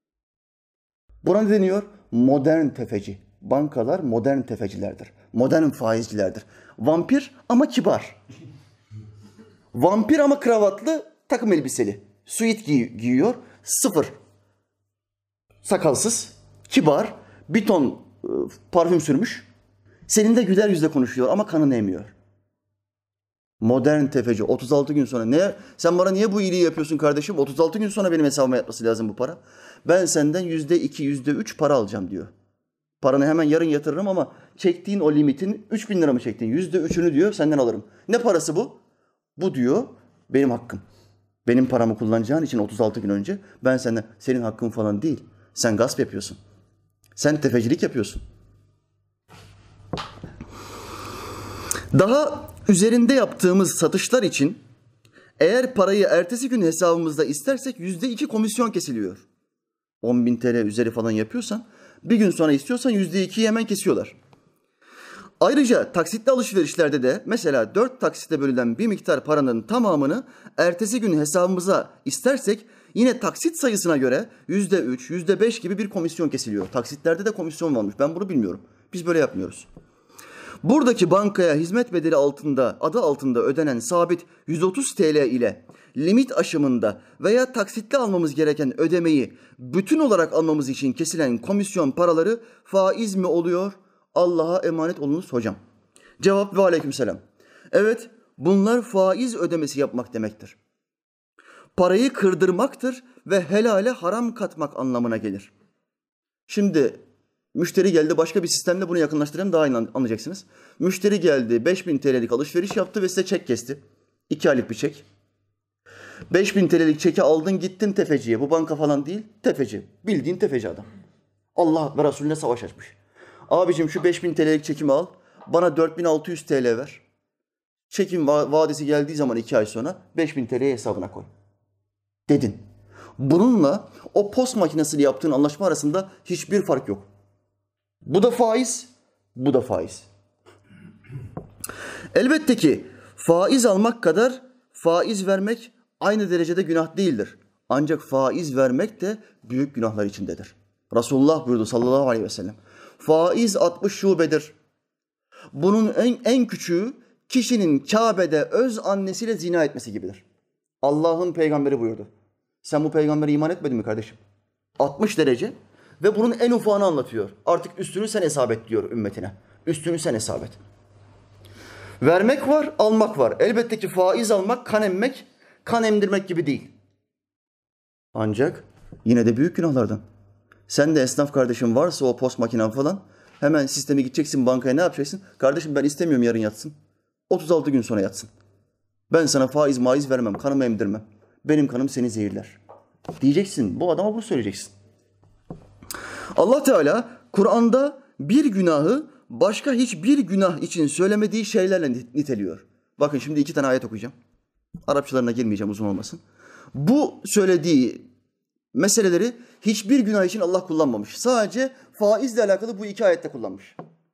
Buna ne deniyor? Modern tefeci. Bankalar modern tefecilerdir. Modern faizcilerdir. Vampir ama kibar. Vampir ama kravatlı, takım elbiseli. Suit giy- giyiyor, sıfır. Sakalsız, kibar, bir ton e, parfüm sürmüş. Seninle güler yüzle konuşuyor ama kanını emiyor. Modern tefeci. otuz altı gün sonra. Ne? Sen bana niye bu iyiliği yapıyorsun kardeşim? otuz altı gün sonra benim hesabıma yatması lazım bu para. Ben senden yüzde iki, yüzde üç para alacağım diyor. Paranı hemen yarın yatırırım ama çektiğin o limitin üç bin lira mı çektin? Yüzde üçünü diyor senden alırım. Ne parası bu? Bu diyor benim hakkım. Benim paramı kullanacağın için otuz altı gün önce ben senden, senin hakkın falan değil. Sen gasp yapıyorsun. Sen tefecilik yapıyorsun. Daha üzerinde yaptığımız satışlar için eğer parayı ertesi gün hesabımızda istersek yüzde iki komisyon kesiliyor. on bin T L üzeri falan yapıyorsan bir gün sonra istiyorsan yüzde ikiyi hemen kesiyorlar. Ayrıca taksitli alışverişlerde de mesela dört taksite bölünen bir miktar paranın tamamını ertesi gün hesabımıza istersek yine taksit sayısına göre yüzde üç, yüzde beş gibi bir komisyon kesiliyor. Taksitlerde de komisyon varmış. Ben bunu bilmiyorum. Biz böyle yapmıyoruz. Buradaki bankaya hizmet bedeli altında, adı altında ödenen sabit yüz otuz T L ile limit aşımında veya taksitli almamız gereken ödemeyi bütün olarak almamız için kesilen komisyon paraları faiz mi oluyor? Allah'a emanet olunuz hocam. Cevap ve aleykümselam. Evet, bunlar faiz ödemesi yapmak demektir. Parayı kırdırmaktır ve helale haram katmak anlamına gelir. Şimdi müşteri geldi, başka bir sistemle bunu yakınlaştırayım, daha iyi anlayacaksınız. Müşteri geldi, beş bin T L'lik alışveriş yaptı ve size çek kesti. iki aylık bir çek. beş bin T L'lik çeki aldın, gittin tefeciye. Bu banka falan değil, tefeci. Bildiğin tefeci adam. Allah ve Resulüne savaş açmış. Abicim şu beş bin T L'lik çekimi al, bana dört bin altı yüz T L ver. Çekim vadesi geldiği zaman iki ay sonra beş bin T L'yi hesabına koy. Dedin. Bununla o post makinesiyle yaptığın anlaşma arasında hiçbir fark yok. Bu da faiz, bu da faiz. Elbette ki faiz almak kadar faiz vermek aynı derecede günah değildir. Ancak faiz vermek de büyük günahlar içindedir. Resulullah buyurdu sallallahu aleyhi ve sellem. Faiz altmış şubedir. Bunun en, en küçüğü kişinin Kabe'de öz annesiyle zina etmesi gibidir. Allah'ın peygamberi buyurdu. Sen bu peygambere iman etmedin mi kardeşim? altmış derece ve bunun en ufağını anlatıyor. Artık üstünü sen hesap et diyor ümmetine. Üstünü sen hesap et. Vermek var, almak var. Elbette ki faiz almak, kan emmek, kan emdirmek gibi değil. Ancak yine de büyük günahlardan. Sen de esnaf kardeşin varsa o post makinen falan, hemen sisteme gideceksin, bankaya ne yapacaksın? Kardeşim ben istemiyorum yarın yatsın. otuz altı gün sonra yatsın. Ben sana faiz maiz vermem, kanımı emdirmem. Benim kanım seni zehirler. Diyeceksin, bu adama bunu söyleyeceksin. Allah Teala Kur'an'da bir günahı başka hiçbir günah için söylemediği şeylerle niteliyor. Bakın şimdi iki tane ayet okuyacağım. Arapçalarına girmeyeceğim, uzun olmasın. Bu söylediği meseleleri hiçbir günah için Allah kullanmamış. Sadece faizle alakalı bu iki ayette kullanmış.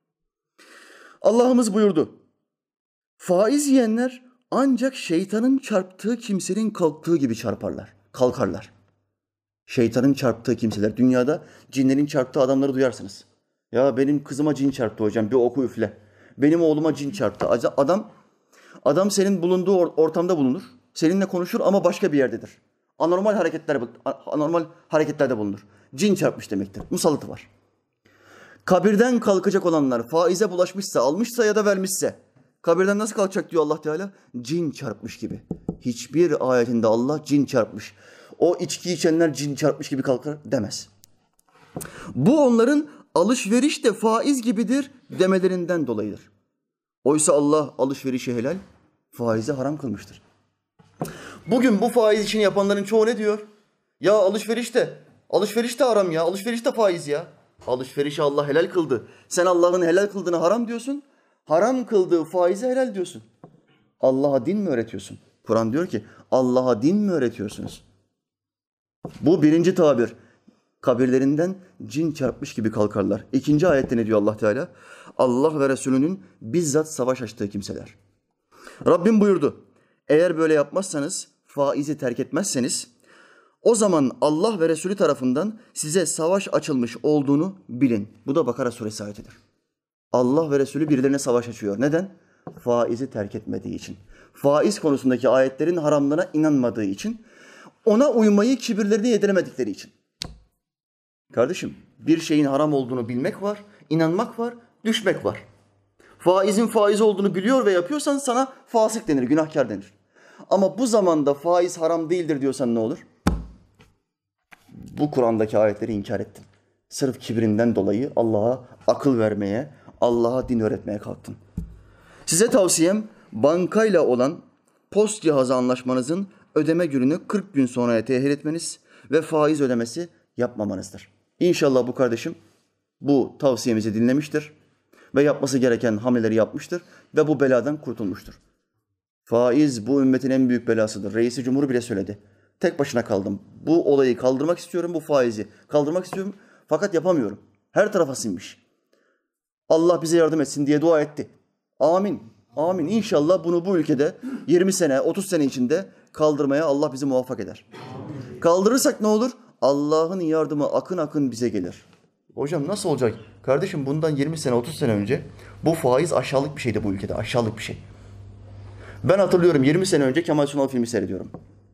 Allah'ımız buyurdu. Faiz yiyenler ancak şeytanın çarptığı kimsenin kalktığı gibi çarparlar, kalkarlar. Şeytanın çarptığı kimseler. Dünyada cinlerin çarptığı adamları duyarsınız. Ya benim kızıma cin çarptı hocam, bir oku üfle. Benim oğluma cin çarptı. Adam adam senin bulunduğu ortamda bulunur. Seninle konuşur ama başka bir yerdedir. Anormal hareketler anormal hareketlerde bulunur. Cin çarpmış demektir. Musallatı var. Kabirden kalkacak olanlar faize bulaşmışsa, almışsa ya da vermişse kabirden nasıl kalkacak diyor Allah Teala? Cin çarpmış gibi. Hiçbir ayetinde Allah cin çarpmış, o içki içenler cin çarpmış gibi kalkar demez. Bu onların alışveriş de faiz gibidir demelerinden dolayıdır. Oysa Allah alışverişi helal, faizi haram kılmıştır. Bugün bu faiz işini yapanların çoğu ne diyor? Ya alışveriş de, alışveriş de haram ya, alışveriş de faiz ya. Alışverişi Allah helal kıldı. Sen Allah'ın helal kıldığını haram diyorsun, haram kıldığı faizi helal diyorsun. Allah'a din mi öğretiyorsun? Kur'an diyor ki Allah'a din mi öğretiyorsunuz? Bu birinci tabir. Kabirlerinden cin çarpmış gibi kalkarlar. İkinci ayette ne diyor Allah Teala? Allah ve Resulünün bizzat savaş açtığı kimseler. Rabbim buyurdu. Eğer böyle yapmazsanız, faizi terk etmezseniz, o zaman Allah ve Resulü tarafından size savaş açılmış olduğunu bilin. Bu da Bakara suresi ayetidir. Allah ve Resulü birilerine savaş açıyor. Neden? Faizi terk etmediği için. Faiz konusundaki ayetlerin haramlığına inanmadığı için, ona uymayı kibirlerini yediremedikleri için. Kardeşim, bir şeyin haram olduğunu bilmek var, inanmak var, düşmek var. Faizin faiz olduğunu biliyor ve yapıyorsan sana fasık denir, günahkar denir. Ama bu zamanda faiz haram değildir diyorsan ne olur? Bu Kur'an'daki ayetleri inkar ettin. Sırf kibirinden dolayı Allah'a akıl vermeye, Allah'a din öğretmeye kalktın. Size tavsiyem bankayla olan post cihazı anlaşmanızın ödeme gününü kırk gün sonraya tehir etmeniz ve faiz ödemesi yapmamanızdır. İnşallah bu kardeşim bu tavsiyemizi dinlemiştir ve yapması gereken hamleleri yapmıştır ve bu beladan kurtulmuştur. Faiz bu ümmetin en büyük belasıdır. Reis-i Cumhur bile söyledi. Tek başına kaldım. Bu olayı kaldırmak istiyorum, bu faizi kaldırmak istiyorum fakat yapamıyorum. Her tarafa sinmiş. Allah bize yardım etsin diye dua etti. Amin. Amin. İnşallah bunu bu ülkede yirmi sene, otuz sene içinde kaldırmaya Allah bizi muvaffak eder. Kaldırırsak ne olur? Allah'ın yardımı akın akın bize gelir. Hocam nasıl olacak? Kardeşim bundan yirmi sene, otuz sene önce bu faiz aşağılık bir şeydi bu ülkede. Aşağılık bir şey. Ben hatırlıyorum yirmi sene önce Kemal Sunal filmi seyrediyorum.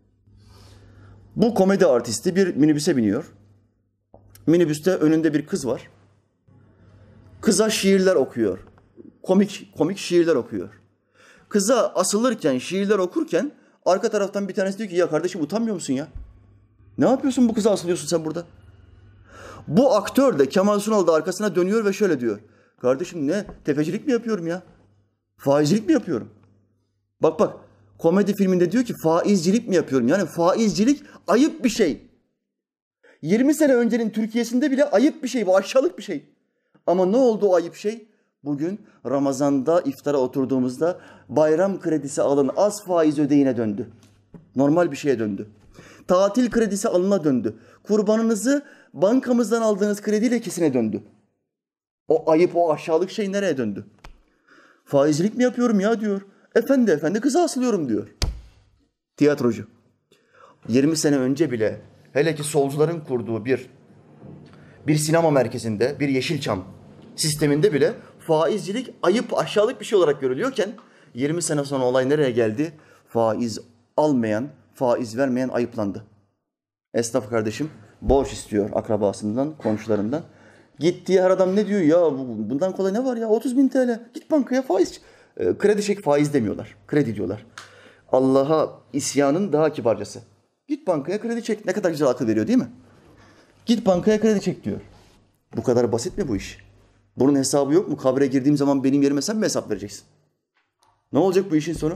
Bu komedi artisti bir minibüse biniyor. Minibüste önünde bir kız var. Kıza şiirler okuyor. Komik komik şiirler okuyor. Kıza asılırken, şiirler okurken arka taraftan bir tanesi diyor ki ya kardeşim utanmıyor musun ya? Ne yapıyorsun bu kıza asılıyorsun sen burada? Bu aktör de Kemal Sunal da arkasına dönüyor ve şöyle diyor. Kardeşim ne? Tefecilik mi yapıyorum ya? Faizcilik mi yapıyorum? Bak bak komedi filminde diyor ki faizcilik mi yapıyorum? Yani faizcilik ayıp bir şey. yirmi sene öncenin Türkiye'sinde bile ayıp bir şey bu, aşağılık bir şey. Ama ne oldu o ayıp şey? Bugün Ramazan'da iftara oturduğumuzda bayram kredisi alın az faiz ödeyine döndü. Normal bir şeye döndü. Tatil kredisi alına döndü. Kurbanınızı bankamızdan aldığınız krediyle kesine döndü. O ayıp, o aşağılık şey nereye döndü? Faizcilik mi yapıyorum ya diyor. Efendi efendi kıza asılıyorum diyor. Tiyatrocu. yirmi sene önce bile hele ki solcuların kurduğu bir bir sinema merkezinde, bir Yeşilçam sisteminde bile faizcilik ayıp, aşağılık bir şey olarak görülüyorken yirmi sene sonra olay nereye geldi? Faiz almayan, faiz vermeyen ayıplandı. Esnaf kardeşim borç istiyor akrabasından, komşularından. Gittiği her adam ne diyor? Ya bundan kolay ne var ya? otuz bin T L. Git bankaya faiz. E, kredi çek, faiz demiyorlar. Kredi diyorlar. Allah'a isyanın daha kibarcası. Git bankaya kredi çek. Ne kadar güzel akıl veriyor değil mi? Git bankaya kredi çek diyor. Bu kadar basit mi bu iş? Bunun hesabı yok mu? Kabre girdiğim zaman benim yerime sen mi hesap vereceksin? Ne olacak bu işin sonu?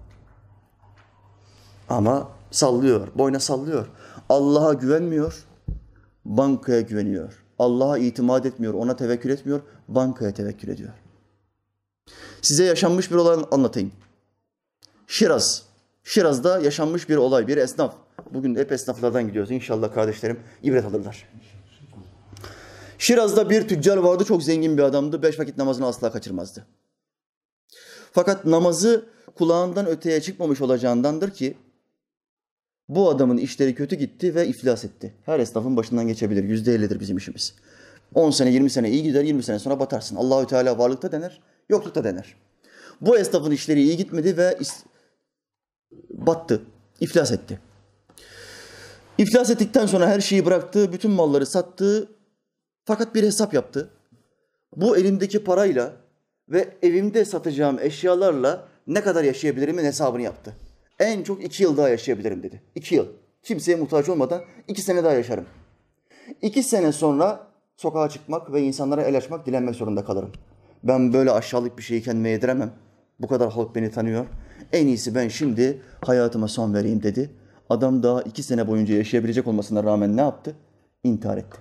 Ama sallıyor, boyna sallıyor. Allah'a güvenmiyor, bankaya güveniyor. Allah'a itimat etmiyor, ona tevekkül etmiyor, bankaya tevekkül ediyor. Size yaşanmış bir olay anlatayım. Şiraz, Şiraz'da yaşanmış bir olay, bir esnaf. Bugün hep esnaflardan gidiyoruz. İnşallah kardeşlerim ibret alırlar. Şiraz'da bir tüccar vardı, çok zengin bir adamdı. Beş vakit namazını asla kaçırmazdı. Fakat namazı kulağından öteye çıkmamış olacağındandır ki bu adamın işleri kötü gitti ve iflas etti. Her esnafın başından geçebilir. Yüzde ellidir bizim işimiz. On sene, yirmi sene iyi gider, yirmi sene sonra batarsın. Allahü Teala varlıkta dener, yoklukta dener. Bu esnafın işleri iyi gitmedi ve battı, iflas etti. İflas ettikten sonra her şeyi bıraktı, bütün malları sattı. Fakat bir hesap yaptı. Bu elimdeki parayla ve evimde satacağım eşyalarla ne kadar yaşayabilirimin hesabını yaptı. En çok iki yıl daha yaşayabilirim dedi. İki yıl. Kimseye muhtaç olmadan iki sene daha yaşarım. İki sene sonra sokağa çıkmak ve insanlara el açmak, dilenmek zorunda kalırım. Ben böyle aşağılık bir şeyi kendime yediremem. Bu kadar halk beni tanıyor. En iyisi ben şimdi hayatıma son vereyim dedi. Adam daha iki sene boyunca yaşayabilecek olmasına rağmen ne yaptı? İntihar etti.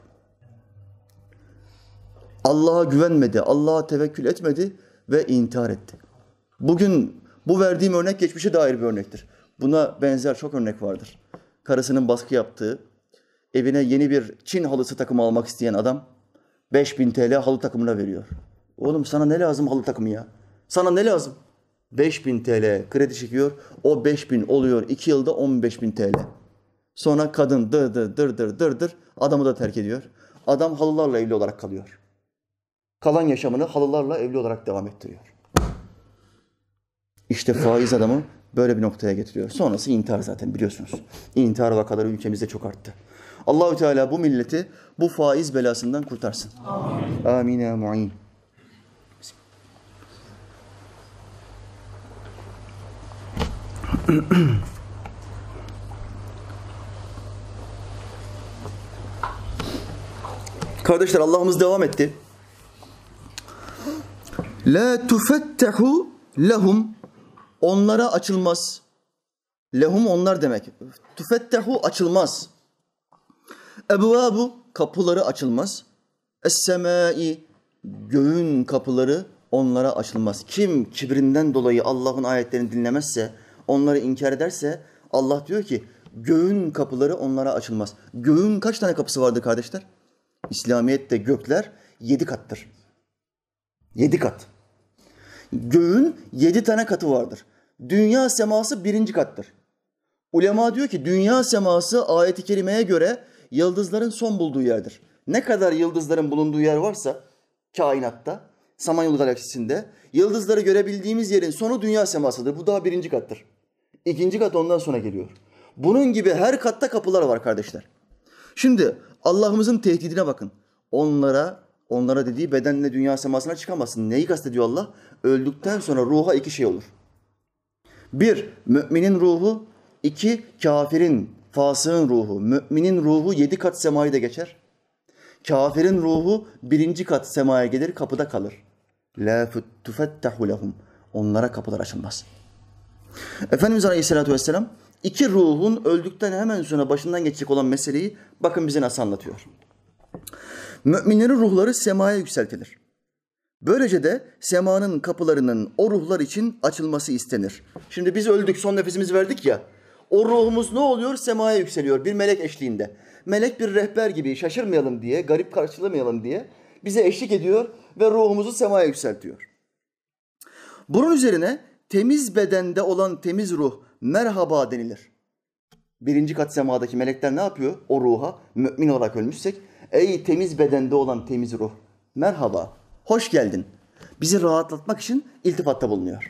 Allah'a güvenmedi, Allah'a tevekkül etmedi ve intihar etti. Bugün bu verdiğim örnek geçmişe dair bir örnektir. Buna benzer çok örnek vardır. Karısının baskı yaptığı, evine yeni bir Çin halısı takımı almak isteyen adam beş bin T L halı takımına veriyor. Oğlum sana ne lazım halı takımı ya? Sana ne lazım? beş bin T L kredi çekiyor. O beş bin oluyor iki yılda on beş bin T L. Sonra kadın dır dır dır dır dır dır adamı da terk ediyor. Adam halılarla evli olarak kalıyor. Kalan yaşamını halılarla evli olarak devam ettiriyor. İşte faiz adamı böyle bir noktaya getiriyor. Sonrası intihar zaten biliyorsunuz. İntihar vakaları ülkemizde çok arttı. Allahü Teala bu milleti bu faiz belasından kurtarsın. Amin. Amin ya mu'in. Kardeşler Allah'ımız devam etti. La tufettehu lehum, onlara açılmaz. Lehum onlar demek. Tufettehu açılmaz. Ebvabu kapıları açılmaz. Es-semai göğün kapıları onlara açılmaz. Kim kibrinden dolayı Allah'ın ayetlerini dinlemezse, onları inkar ederse Allah diyor ki göğün kapıları onlara açılmaz. Göğün kaç tane kapısı vardır kardeşler? İslamiyet'te gökler yedi kattır. Yedi kat. Göğün yedi tane katı vardır. Dünya seması birinci kattır. Ulema diyor ki dünya seması ayet-i kerimeye göre yıldızların son bulduğu yerdir. Ne kadar yıldızların bulunduğu yer varsa kainatta, Samanyolu galaksisinde yıldızları görebildiğimiz yerin sonu dünya semasıdır. Bu daha birinci kattır. İkinci kat ondan sonra geliyor. Bunun gibi her katta kapılar var kardeşler. Şimdi Allah'ımızın tehdidine bakın. Onlara, onlara dediği bedenle dünya semasına çıkamazsın. Neyi kastediyor Allah? Öldükten sonra ruha iki şey olur. Bir, müminin ruhu. İki, kafirin, fasığın ruhu. Müminin ruhu yedi kat semayı da geçer. Kafirin ruhu birinci kat semaya gelir, kapıda kalır. La tufettahu lehum. Onlara kapılar açılmaz. Efendimiz Aleyhisselatü Vesselam iki ruhun öldükten hemen sonra başından geçecek olan meseleyi bakın bize nasıl anlatıyor. Müminlerin ruhları semaya yükseltilir. Böylece de semanın kapılarının o ruhlar için açılması istenir. Şimdi biz öldük, son nefesimizi verdik ya, o ruhumuz ne oluyor? Semaya yükseliyor bir melek eşliğinde. Melek bir rehber gibi şaşırmayalım diye, garip karşılamayalım diye bize eşlik ediyor ve ruhumuzu semaya yükseltiyor. Bunun üzerine temiz bedende olan temiz ruh merhaba denilir. Birinci kat semadaki melekler ne yapıyor? O ruha, mümin olarak ölmüşsek, ey temiz bedende olan temiz ruh, merhaba, hoş geldin. Bizi rahatlatmak için iltifatta bulunuyor.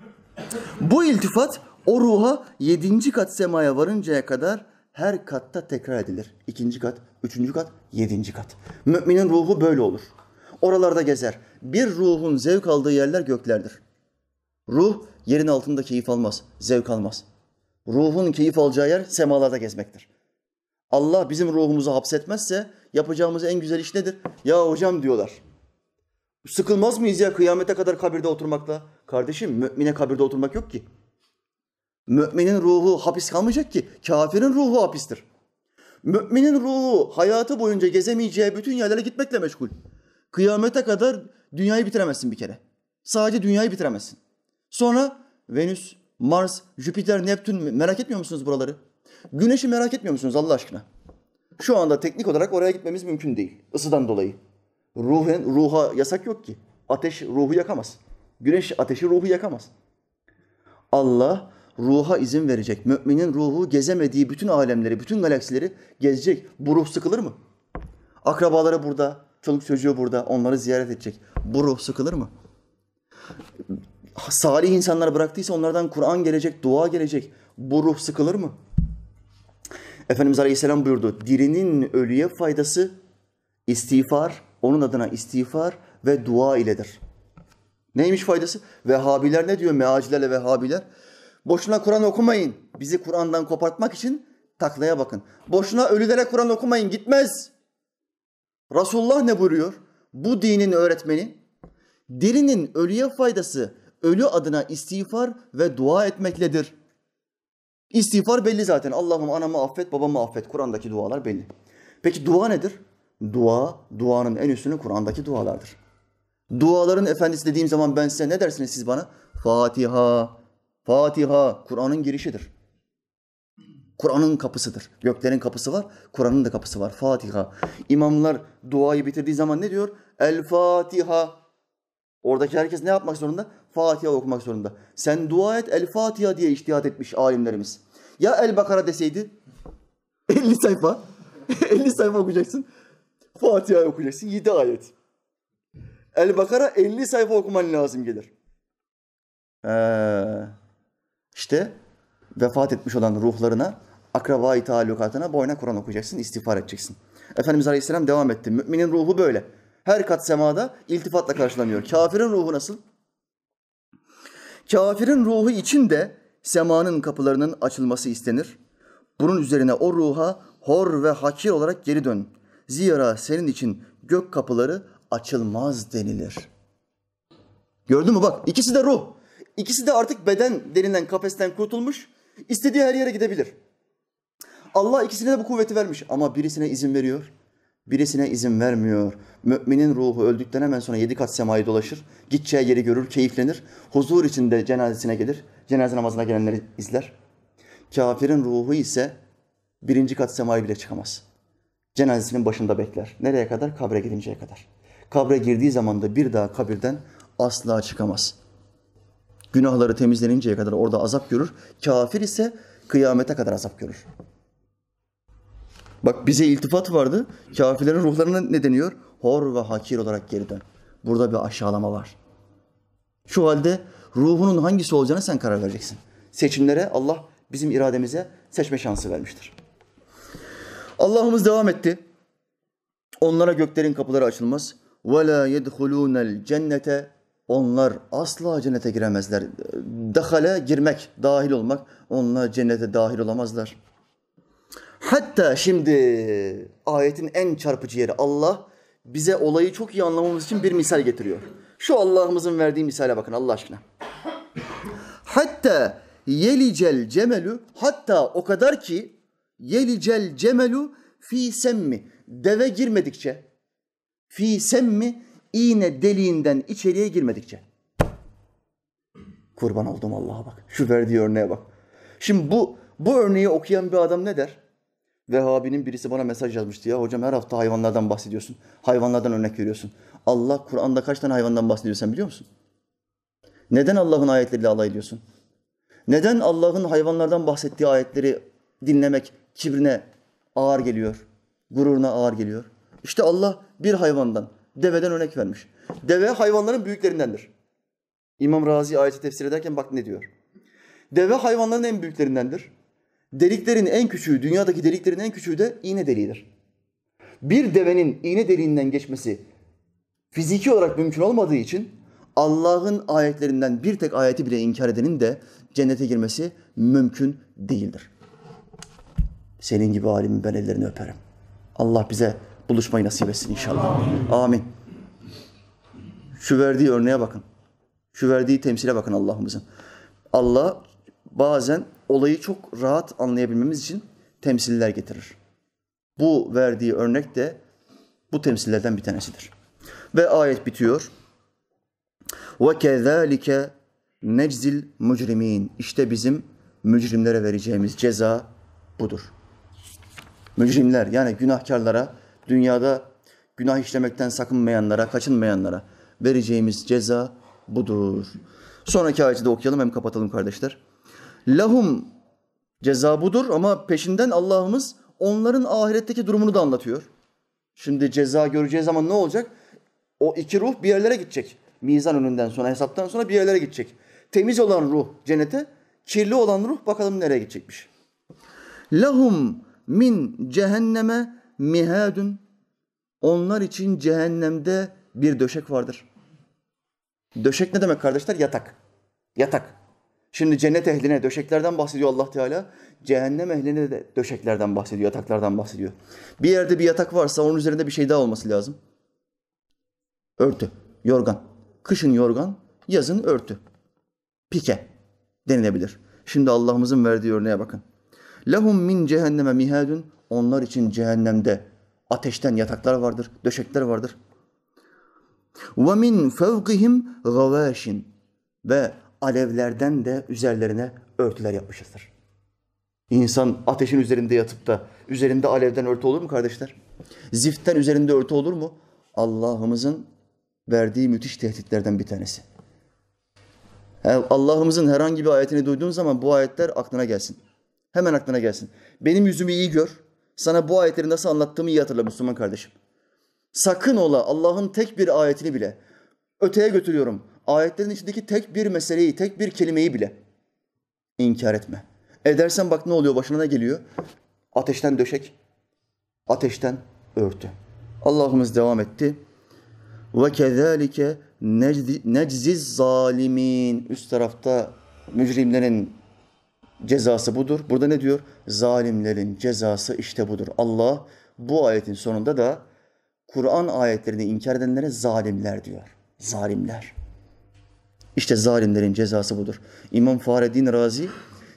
Bu iltifat o ruha yedinci kat semaya varıncaya kadar her katta tekrar edilir. İkinci kat, üçüncü kat, yedinci kat. Müminin ruhu böyle olur. Oralarda gezer. Bir ruhun zevk aldığı yerler göklerdir. Ruh yerin altında keyif almaz, zevk almaz. Ruhun keyif alacağı yer semalarda gezmektir. Allah bizim ruhumuzu hapsetmezse yapacağımız en güzel iş nedir? Ya hocam diyorlar, sıkılmaz mıyız ya kıyamete kadar kabirde oturmakla? Kardeşim, mümine kabirde oturmak yok ki. Müminin ruhu hapis kalmayacak ki. Kafirin ruhu hapistir. Müminin ruhu hayatı boyunca gezemeyeceği bütün yerlere gitmekle meşgul. Kıyamete kadar dünyayı bitiremezsin bir kere. Sadece dünyayı bitiremezsin. Sonra Venüs, Mars, Jüpiter, Neptün, merak etmiyor musunuz buraları? Güneşi merak etmiyor musunuz Allah aşkına? Şu anda teknik olarak oraya gitmemiz mümkün değil. Isıdan dolayı. Ruhen, ruha yasak yok ki. Ateş ruhu yakamaz. Güneş ateşi ruhu yakamaz. Allah ruha izin verecek. Müminin ruhu gezemediği bütün alemleri, bütün galaksileri gezecek. Bu ruh sıkılır mı? Akrabaları burada, çoluk çocuğu burada, onları ziyaret edecek. Bu ruh sıkılır mı? Salih insanlar bıraktıysa onlardan Kur'an gelecek, dua gelecek. Bu ruh sıkılır mı? Efendimiz Aleyhisselam buyurdu. Dirinin ölüye faydası istiğfar, onun adına istiğfar ve dua iledir. Neymiş faydası? Vehhabiler ne diyor? Meacilerle Vehhabiler. Boşuna Kur'an okumayın. Bizi Kur'an'dan kopartmak için taklaya bakın. Boşuna ölülere Kur'an okumayın. Gitmez. Resulullah ne buyuruyor? Bu dinin öğretmeni, dirinin ölüye faydası ölü adına istiğfar ve dua etmekledir. İstiğfar belli zaten. Allah'ım anamı affet, babamı affet. Kur'an'daki dualar belli. Peki dua nedir? Dua, duanın en üstünü Kur'an'daki dualardır. Duaların efendisi dediğim zaman ben size ne dersiniz siz bana? Fatiha, Fatiha Kur'an'ın girişidir. Kur'an'ın kapısıdır. Göklerin kapısı var, Kur'an'ın da kapısı var. Fatiha. İmamlar duayı bitirdiği zaman ne diyor? El Fatiha. Oradaki herkes ne yapmak zorunda? Fatiha okumak zorunda. Sen dua et, El Fatiha diye içtihat etmiş alimlerimiz. Ya El Bakara deseydi? elli sayfa. elli sayfa okuyacaksın. Fatiha okuyacaksın. yedi ayet. El Bakara elli sayfa okuman lazım gelir. Ee, işte vefat etmiş olan ruhlarına, akraba-i talukatına boyuna Kur'an okuyacaksın, istiğfar edeceksin. Efendimiz Aleyhisselam devam etti. Müminin ruhu böyle. Her kat semada iltifatla karşılanıyor. Kafirin ruhu nasıl? Kafirin ruhu için de semanın kapılarının açılması istenir. Bunun üzerine o ruha hor ve hakir olarak geri dön. Zira senin için gök kapıları açılmaz denilir. Gördün mü bak, ikisi de ruh. İkisi de artık beden denilen kafesten kurtulmuş, istediği her yere gidebilir. Allah ikisine de bu kuvveti vermiş ama birisine izin veriyor, birisine izin vermiyor. Müminin ruhu öldükten hemen sonra yedi kat semayı dolaşır, gideceği yeri görür, keyiflenir, huzur içinde cenazesine gelir, cenaze namazına gelenleri izler. Kafirin ruhu ise birinci kat semayı bile çıkamaz. Cenazesinin başında bekler. Nereye kadar? Kabre girinceye kadar. Kabre girdiği zaman da bir daha kabirden asla çıkamaz. Günahları temizleninceye kadar orada azap görür. Kafir ise kıyamete kadar azap görür. Bak bize iltifat vardı. Kafirlerin ruhlarına ne deniyor? Hor ve hakir olarak geri dön. Burada bir aşağılama var. Şu halde ruhunun hangisi olacağını sen karar vereceksin. Seçimlere Allah bizim irademize seçme şansı vermiştir. Allah'ımız devam etti. Onlara göklerin kapıları açılmaz. وَلَا يَدْخُلُونَ الْجَنَّةَ Onlar asla cennete giremezler. Dehale girmek, dahil olmak. Onlar cennete dahil olamazlar. Hatta şimdi ayetin en çarpıcı yeri Allah bize olayı çok iyi anlamamız için bir misal getiriyor. Şu Allah'ımızın verdiği misale bakın Allah aşkına. Hatta yelicel cemelu hatta o kadar ki yelicel cemelu fi semmi deve girmedikçe fi semmi iğne deliğinden içeriye girmedikçe. Kurban oldum Allah'a bak. Şu verdiği örneğe bak. Şimdi bu bu örneği okuyan bir adam ne der? Vehhabi'nin birisi bana mesaj yazmıştı. Ya hocam her hafta hayvanlardan bahsediyorsun. Hayvanlardan örnek veriyorsun. Allah Kur'an'da kaç tane hayvandan bahsediyor sen biliyor musun? Neden Allah'ın ayetleriyle alay ediyorsun? Neden Allah'ın hayvanlardan bahsettiği ayetleri dinlemek kibrine ağır geliyor? Gururuna ağır geliyor? İşte Allah bir hayvandan, deveden örnek vermiş. Deve hayvanların büyüklerindendir. İmam Razi ayeti tefsir ederken bak ne diyor. Deve hayvanların en büyüklerindendir. Deliklerin en küçüğü, dünyadaki deliklerin en küçüğü de iğne deliğidir. Bir devenin iğne deliğinden geçmesi fiziki olarak mümkün olmadığı için Allah'ın ayetlerinden bir tek ayeti bile inkar edenin de cennete girmesi mümkün değildir. Senin gibi alimin ben ellerini öperim. Allah bize buluşmayı nasip etsin inşallah. Amin. Şu verdiği örneğe bakın. Şu verdiği temsile bakın Allah'ımızın. Allah bazen olayı çok rahat anlayabilmemiz için temsiller getirir. Bu verdiği örnek de bu temsillerden bir tanesidir. Ve ayet bitiyor. وَكَذَٰلِكَ نَجْزِلْ مُجْرِم۪ينَ İşte bizim mücrimlere vereceğimiz ceza budur. Mücrimler yani günahkarlara, dünyada günah işlemekten sakınmayanlara, kaçınmayanlara vereceğimiz ceza budur. Sonraki ayeti de okuyalım hem kapatalım kardeşler. Lahum ceza budur ama peşinden Allah'ımız onların ahiretteki durumunu da anlatıyor. Şimdi ceza göreceği zaman ne olacak? O iki ruh bir yerlere gidecek. Mizan önünden sonra, hesaptan sonra bir yerlere gidecek. Temiz olan ruh cennete, kirli olan ruh bakalım nereye gidecekmiş. Lahum min cehenneme mihadun. Onlar için cehennemde bir döşek vardır. Döşek ne demek kardeşler? Yatak. Yatak. Şimdi cennet ehline döşeklerden bahsediyor Allah Teala. Cehennem ehline de döşeklerden bahsediyor, yataklardan bahsediyor. Bir yerde bir yatak varsa onun üzerinde bir şey daha olması lazım. Örtü, yorgan. Kışın yorgan, yazın örtü. Pike denilebilir. Şimdi Allah'ımızın verdiği örneğe bakın. Lahum min cehenneme mihadun. Onlar için cehennemde ateşten yataklar vardır, döşekler vardır. Ve min fevkihim gavâşin. Ve alevlerden de üzerlerine örtüler yapmışızdır. İnsan ateşin üzerinde yatıp da üzerinde alevden örtü olur mu kardeşler? Ziftten üzerinde örtü olur mu? Allah'ımızın verdiği müthiş tehditlerden bir tanesi. Allah'ımızın herhangi bir ayetini duyduğun zaman bu ayetler aklına gelsin. Hemen aklına gelsin. Benim yüzümü iyi gör. Sana bu ayetleri nasıl anlattığımı iyi hatırla Müslüman kardeşim. Sakın ola Allah'ın tek bir ayetini bile öteye götürüyorum. Ayetlerin içindeki tek bir meseleyi, tek bir kelimeyi bile inkar etme. Edersen bak ne oluyor, başına ne geliyor? Ateşten döşek, ateşten örtü. Allah'ımız devam etti. وَكَذَٰلِكَ نَجْزِزْ zalimin. Üst tarafta mücrimlerin cezası budur. Burada ne diyor? Zalimlerin cezası işte budur. Allah bu ayetin sonunda da Kur'an ayetlerini inkar edenlere zalimler diyor. Zalimler. İşte zalimlerin cezası budur. İmam Fahreddin Razi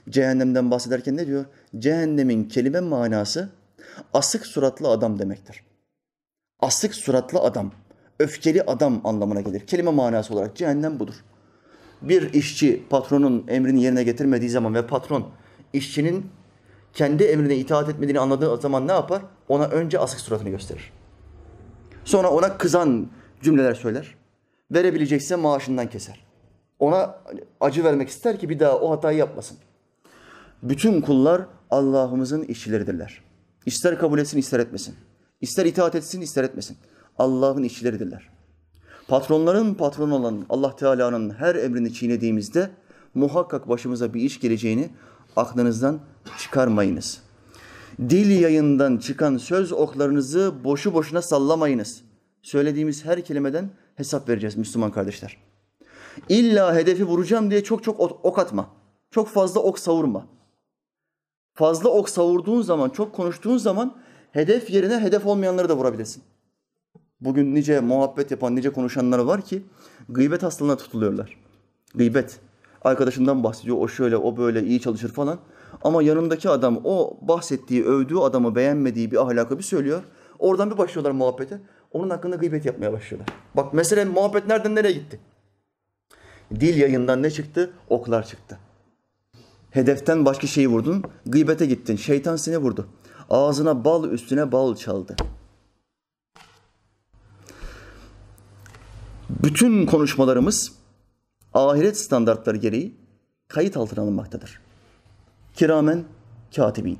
Cehennemden bahsederken ne diyor? Cehennemin kelime manası asık suratlı adam demektir. Asık suratlı adam, öfkeli adam anlamına gelir. Kelime manası olarak cehennem budur. Bir işçi patronun emrini yerine getirmediği zaman ve patron işçinin kendi emrine itaat etmediğini anladığı zaman ne yapar? Ona önce asık suratını gösterir. Sonra ona kızan cümleler söyler. Verebilecekse maaşından keser. Ona acı vermek ister ki bir daha o hatayı yapmasın. Bütün kullar Allah'ımızın işçileridirler. İster kabul etsin, ister etmesin. İster itaat etsin, ister etmesin. Allah'ın işçileridirler. Patronların patronu olan Allah Teala'nın her emrini çiğnediğimizde muhakkak başımıza bir iş geleceğini aklınızdan çıkarmayınız. Dil yayından çıkan söz oklarınızı boşu boşuna sallamayınız. Söylediğimiz her kelimeden hesap vereceğiz Müslüman kardeşler. İlla hedefi vuracağım diye çok çok ok atma. Çok fazla ok savurma. Fazla ok savurduğun zaman, çok konuştuğun zaman hedef yerine hedef olmayanları da vurabilirsin. Bugün nice muhabbet yapan, nice konuşanlar var ki gıybet hastalığına tutuluyorlar. Gıybet. Arkadaşından bahsediyor, o şöyle, o böyle, iyi çalışır falan. Ama yanındaki adam o bahsettiği, övdüğü adamı beğenmediği bir ahlakı bir söylüyor. Oradan bir başlıyorlar muhabbete. Onun hakkında gıybet yapmaya başlıyorlar. Bak mesela muhabbet nereden nereye gitti? Dil yayından ne çıktı? Oklar çıktı. Hedeften başka şeyi vurdun, gıybete gittin. Şeytan seni vurdu. Ağzına bal üstüne bal çaldı. Bütün konuşmalarımız ahiret standartları gereği kayıt altına alınmaktadır. Kiramen katibin.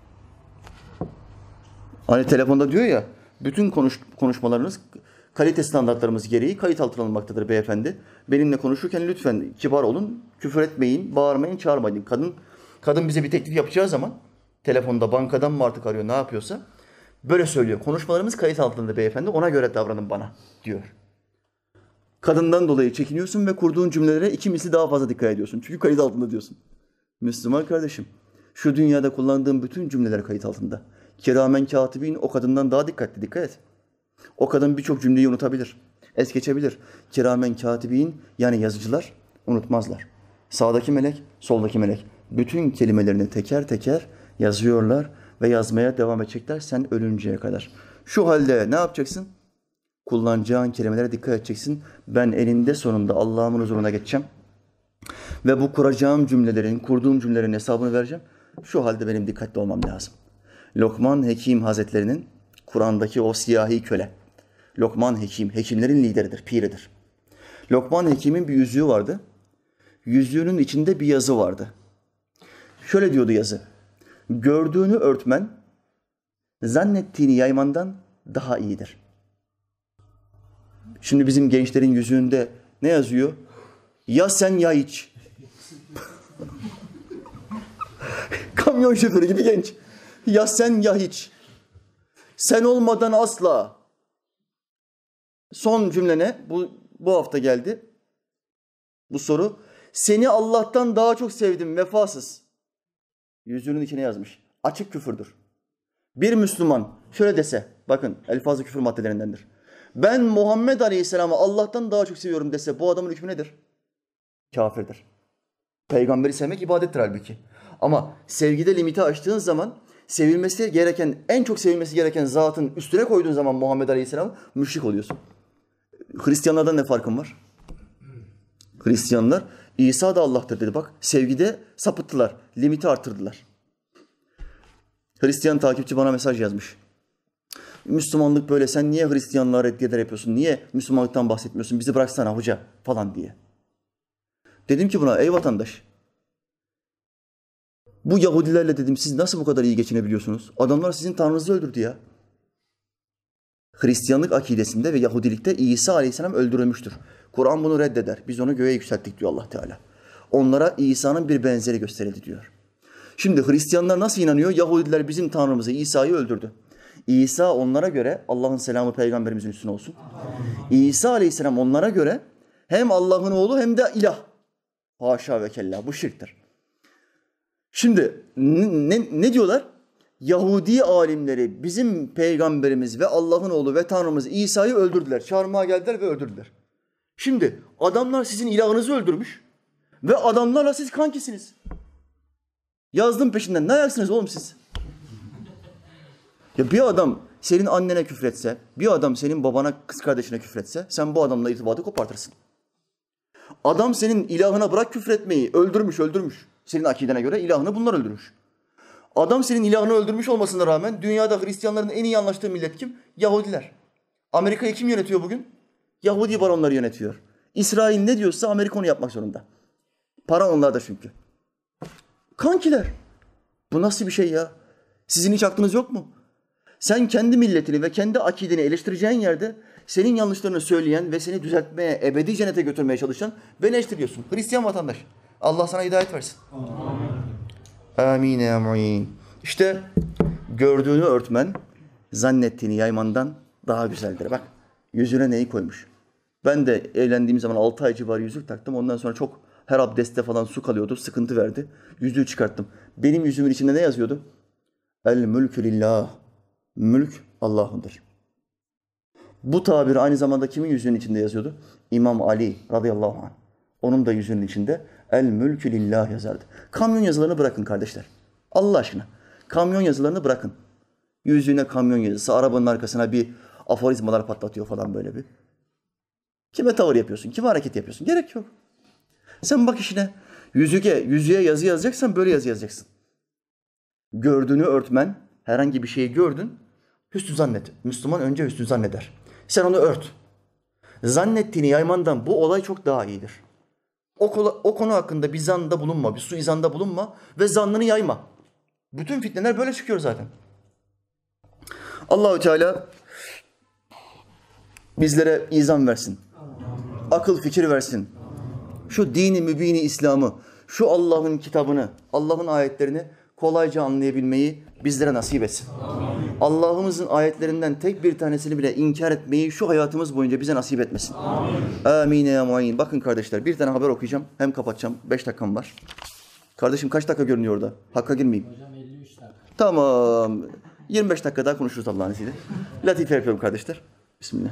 Hani telefonda diyor ya, bütün konuş, konuşmalarınız kalite standartlarımız gereği kayıt altına alınmaktadır beyefendi. Benimle konuşurken lütfen kibar olun, küfür etmeyin, bağırmayın, çağırmayın. Kadın kadın bize bir teklif yapacağı zaman telefonda bankadan mı artık arıyor, ne yapıyorsa böyle söylüyor. Konuşmalarımız kayıt altında beyefendi, ona göre davranın bana diyor. Kadından dolayı çekiniyorsun ve kurduğun cümlelere iki misli daha fazla dikkat ediyorsun. Çünkü kayıt altında diyorsun. Müslüman kardeşim, şu dünyada kullandığın bütün cümleler kayıt altında. Kiramen katibin, o kadından daha dikkatli, dikkat et. O kadın birçok cümleyi unutabilir, es geçebilir. Kiramen katibin, yani yazıcılar unutmazlar. Sağdaki melek, soldaki melek. Bütün kelimelerini teker teker yazıyorlar ve yazmaya devam edecekler sen ölünceye kadar. Şu halde ne yapacaksın? Kullanacağın kelimelere dikkat edeceksin. Ben eninde sonunda Allah'ımın huzuruna geçeceğim. Ve bu kuracağım cümlelerin, kurduğum cümlelerin hesabını vereceğim. Şu halde benim dikkatli olmam lazım. Lokman Hekim Hazretleri'nin Kur'an'daki o siyahi köle. Lokman Hekim, hekimlerin lideridir, piridir. Lokman Hekim'in bir yüzüğü vardı. Yüzüğünün içinde bir yazı vardı. Şöyle diyordu yazı. Gördüğünü örtmen, zannettiğini yaymandan daha iyidir. Şimdi bizim gençlerin yüzüğünde ne yazıyor? Ya sen ya hiç. Kamyon şoförü gibi genç. Ya sen ya hiç. Sen olmadan asla. Son cümlene bu, bu hafta geldi. Bu soru. Seni Allah'tan daha çok sevdim vefasız. Yüzüğünün içine yazmış. Açık küfürdür. Bir Müslüman şöyle dese, bakın elfazı küfür maddelerindendir. Ben Muhammed Aleyhisselam'ı Allah'tan daha çok seviyorum dese bu adamın hükmü nedir? Kafirdir. Peygamberi sevmek ibadettir halbuki. Ama sevgide limiti aştığın zaman sevilmesi gereken, en çok sevilmesi gereken zatın üstüne koyduğun zaman Muhammed Aleyhisselam müşrik oluyorsun. Hristiyanlardan ne farkın var? Hristiyanlar İsa da Allah'tır dedi. Bak sevgide sapıttılar, limiti arttırdılar. Hristiyan takipçi bana mesaj yazmış. Müslümanlık böyle, sen niye Hristiyanlığa reddeder yapıyorsun? Niye Müslümanlıktan bahsetmiyorsun? Bizi bıraksana hoca falan diye. Dedim ki buna, ey vatandaş, bu Yahudilerle dedim siz nasıl bu kadar iyi geçinebiliyorsunuz? Adamlar sizin tanrınızı öldürdü ya. Hristiyanlık akidesinde ve Yahudilikte İsa Aleyhisselam öldürülmüştür. Kur'an bunu reddeder. Biz onu göğe yükselttik diyor Allah Teala. Onlara İsa'nın bir benzeri gösterildi diyor. Şimdi Hristiyanlar nasıl inanıyor? Yahudiler bizim tanrımızı İsa'yı öldürdü. İsa onlara göre, Allah'ın selamı peygamberimizin üstüne olsun. İsa Aleyhisselam onlara göre hem Allah'ın oğlu hem de ilah. Haşa ve kella, bu şirktir. Şimdi ne, ne diyorlar? Yahudi alimleri bizim peygamberimiz ve Allah'ın oğlu ve Tanrımız İsa'yı öldürdüler. Çarmıha geldiler ve öldürdüler. Şimdi adamlar sizin ilahınızı öldürmüş ve adamlarla siz kankisiniz. Yazdım peşinden. Ne ayaksınız oğlum siz? Ya bir adam senin annene küfretse, bir adam senin babana, kız kardeşine küfretse, sen bu adamla irtibatı kopartırsın. Adam senin ilahına bırak küfretmeyi, öldürmüş, öldürmüş. Senin akidene göre ilahını bunlar öldürmüş. Adam senin ilahını öldürmüş olmasına rağmen dünyada Hristiyanların en iyi anlaştığı millet kim? Yahudiler. Amerika'yı kim yönetiyor bugün? Yahudi baronları yönetiyor. İsrail ne diyorsa Amerika onu yapmak zorunda. Para onlarda çünkü. Kankiler. Bu nasıl bir şey ya? Sizin hiç aklınız yok mu? Sen kendi milletini ve kendi akideni eleştireceğin yerde senin yanlışlarını söyleyen ve seni düzeltmeye, ebedi cennete götürmeye çalışan beni eleştiriyorsun. Hristiyan vatandaş. Allah sana hidayet versin. Amin ya mu'in. İşte gördüğünü örtmen zannettiğini yaymandan daha güzeldir. Bak yüzüne neyi koymuş. Ben de evlendiğim zaman altı ay civarı yüzük taktım. Ondan sonra çok her abdestte falan su kalıyordu. Sıkıntı verdi. Yüzüğü çıkarttım. Benim yüzümün içinde ne yazıyordu? El mülkü lillah. Mülk Allah'ındır. Bu tabir aynı zamanda kimin yüzüğünün içinde yazıyordu? İmam Ali radıyallahu anh. Onun da yüzüğünün içinde el mülkü lillah yazardı. Kamyon yazılarını bırakın kardeşler. Allah aşkına. Kamyon yazılarını bırakın. Yüzüğüne kamyon yazısı, arabanın arkasına bir aforizmalar patlatıyor falan böyle bir. Kime tavır yapıyorsun? Kime hareket yapıyorsun? Gerek yok. Sen bak işine. Yüzüğe, yüzüğe yazı yazacaksan böyle yazı yazacaksın. Gördüğünü örtmen, herhangi bir şeyi gördün, hüsnü zannet. Müslüman önce hüsnü zanneder. Sen onu ört. Zannettiğini yaymandan bu olay çok daha iyidir. O, o konu hakkında bir zanda bulunma, bir suizanda bulunma ve zannını yayma. Bütün fitneler böyle çıkıyor zaten. Allahü Teala bizlere izan versin. Akıl fikir versin. Şu dini mübini İslam'ı, şu Allah'ın kitabını, Allah'ın ayetlerini kolayca anlayabilmeyi bizlere nasip etsin. Allah'ımızın ayetlerinden tek bir tanesini bile inkar etmeyi şu hayatımız boyunca bize nasip etmesin. Amin ya muayyin. Bakın kardeşler bir tane haber okuyacağım. Hem kapatacağım. Beş dakikam var. Kardeşim kaç dakika görünüyor orada? Hakka girmeyeyim. Hocam elli üç dakika. Tamam. yirmi beş dakika daha konuşuruz Allah'ın izniyle. Latife yapıyorum kardeşler. Bismillah.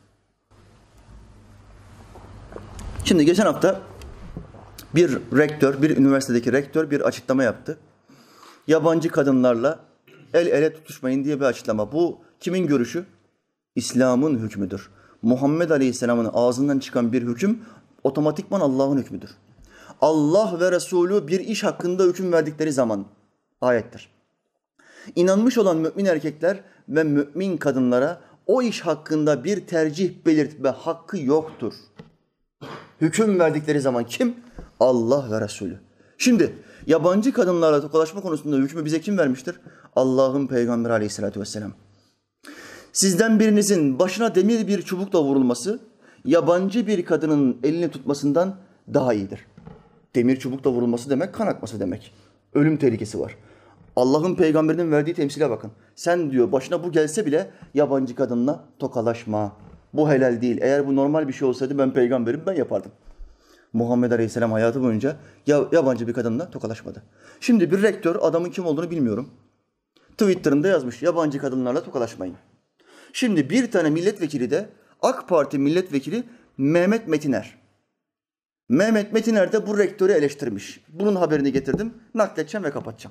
Şimdi geçen hafta bir rektör, bir üniversitedeki rektör bir açıklama yaptı. Yabancı kadınlarla el ele tutuşmayın diye bir açıklama. Bu kimin görüşü? İslam'ın hükmüdür. Muhammed Aleyhisselam'ın ağzından çıkan bir hüküm otomatikman Allah'ın hükmüdür. Allah ve Resulü bir iş hakkında hüküm verdikleri zaman ayettir. İnanmış olan mümin erkekler ve mümin kadınlara o iş hakkında bir tercih belirtme hakkı yoktur. Hüküm verdikleri zaman kim? Allah ve Resulü. Şimdi yabancı kadınlarla tokalaşma konusunda hükmü bize kim vermiştir? Allah'ın Peygamberi Aleyhisselatü Vesselam. Sizden birinizin başına demir bir çubukla vurulması yabancı bir kadının elini tutmasından daha iyidir. Demir çubukla vurulması demek kan akması demek. Ölüm tehlikesi var. Allah'ın peygamberinin verdiği temsile bakın. Sen diyor başına bu gelse bile yabancı kadınla tokalaşma. Bu helal değil. Eğer bu normal bir şey olsaydı ben peygamberim ben yapardım. Muhammed Aleyhisselam hayatı boyunca yabancı bir kadınla tokalaşmadı. Şimdi bir rektör, adamın kim olduğunu bilmiyorum. Twitter'ında yazmış yabancı kadınlarla tokalaşmayın. Şimdi bir tane milletvekili de AK Parti milletvekili Mehmet Metiner. Mehmet Metiner de bu rektörü eleştirmiş. Bunun haberini getirdim. Nakledeceğim ve kapatacağım.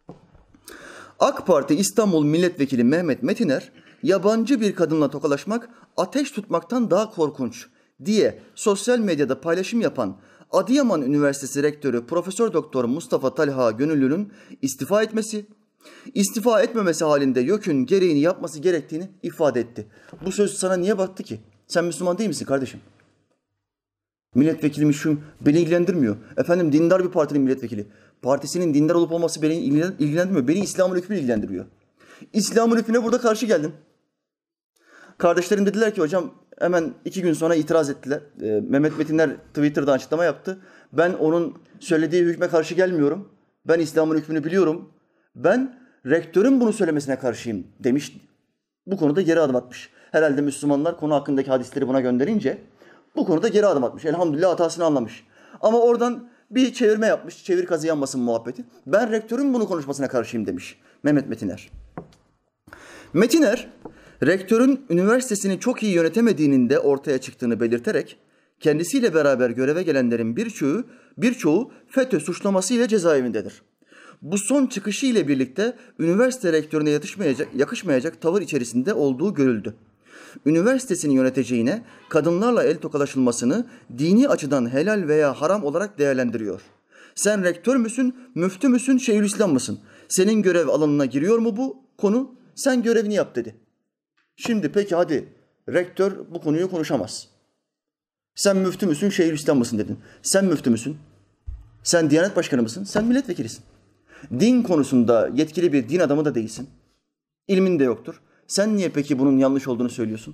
AK Parti İstanbul Milletvekili Mehmet Metiner, yabancı bir kadınla tokalaşmak ateş tutmaktan daha korkunç diye sosyal medyada paylaşım yapan Adıyaman Üniversitesi Rektörü Profesör Doktor Mustafa Talha Gönüllü'nün istifa etmesi, istifa etmemesi halinde YÖK'ün gereğini yapması gerektiğini ifade etti. Bu söz sana niye battı ki? Sen Müslüman değil misin kardeşim? Milletvekilimiz şu beni ilgilendirmiyor. Efendim dindar bir partinin milletvekili. Partisinin dindar olup olması beni ilgilendirmiyor. Beni İslam'ın hükmü ilgilendiriyor. İslam'ın hükmüne burada karşı geldim. Kardeşlerim dediler ki hocam hemen iki gün sonra itiraz ettiler. E, Mehmet Metiner Twitter'da açıklama yaptı. Ben onun söylediği hükme karşı gelmiyorum. Ben İslam'ın hükmünü biliyorum. Ben rektörün bunu söylemesine karşıyım demiş. Bu konuda geri adım atmış. Herhalde Müslümanlar konu hakkındaki hadisleri buna gönderince bu konuda geri adım atmış. Elhamdülillah hatasını anlamış. Ama oradan bir çevirme yapmış. Çevir kazı yanmasın muhabbeti. Ben rektörün bunu konuşmasına karşıyım demiş Mehmet Metiner. Metiner, rektörün üniversitesini çok iyi yönetemediğinin de ortaya çıktığını belirterek kendisiyle beraber göreve gelenlerin birçoğu, birçoğu FETÖ suçlamasıyla cezaevindedir. bu son çıkışı ile birlikte üniversite rektörüne yatışmayacak, yakışmayacak tavır içerisinde olduğu görüldü. Üniversitesini yöneteceğine kadınlarla el tokalaşılmasını dini açıdan helal veya haram olarak değerlendiriyor. Sen rektör müsün, müftü müsün, Şeyhülislam mısın? Senin görev alanına giriyor mu bu konu? Sen görevini yap dedi. Şimdi peki hadi rektör bu konuyu konuşamaz. Sen müftü müsün, Şeyhülislam mısın dedin. Sen müftü müsün? Sen Diyanet Başkanı mısın? Sen milletvekilisin. Din konusunda yetkili bir din adamı da değilsin. İlmin de yoktur. Sen niye peki bunun yanlış olduğunu söylüyorsun?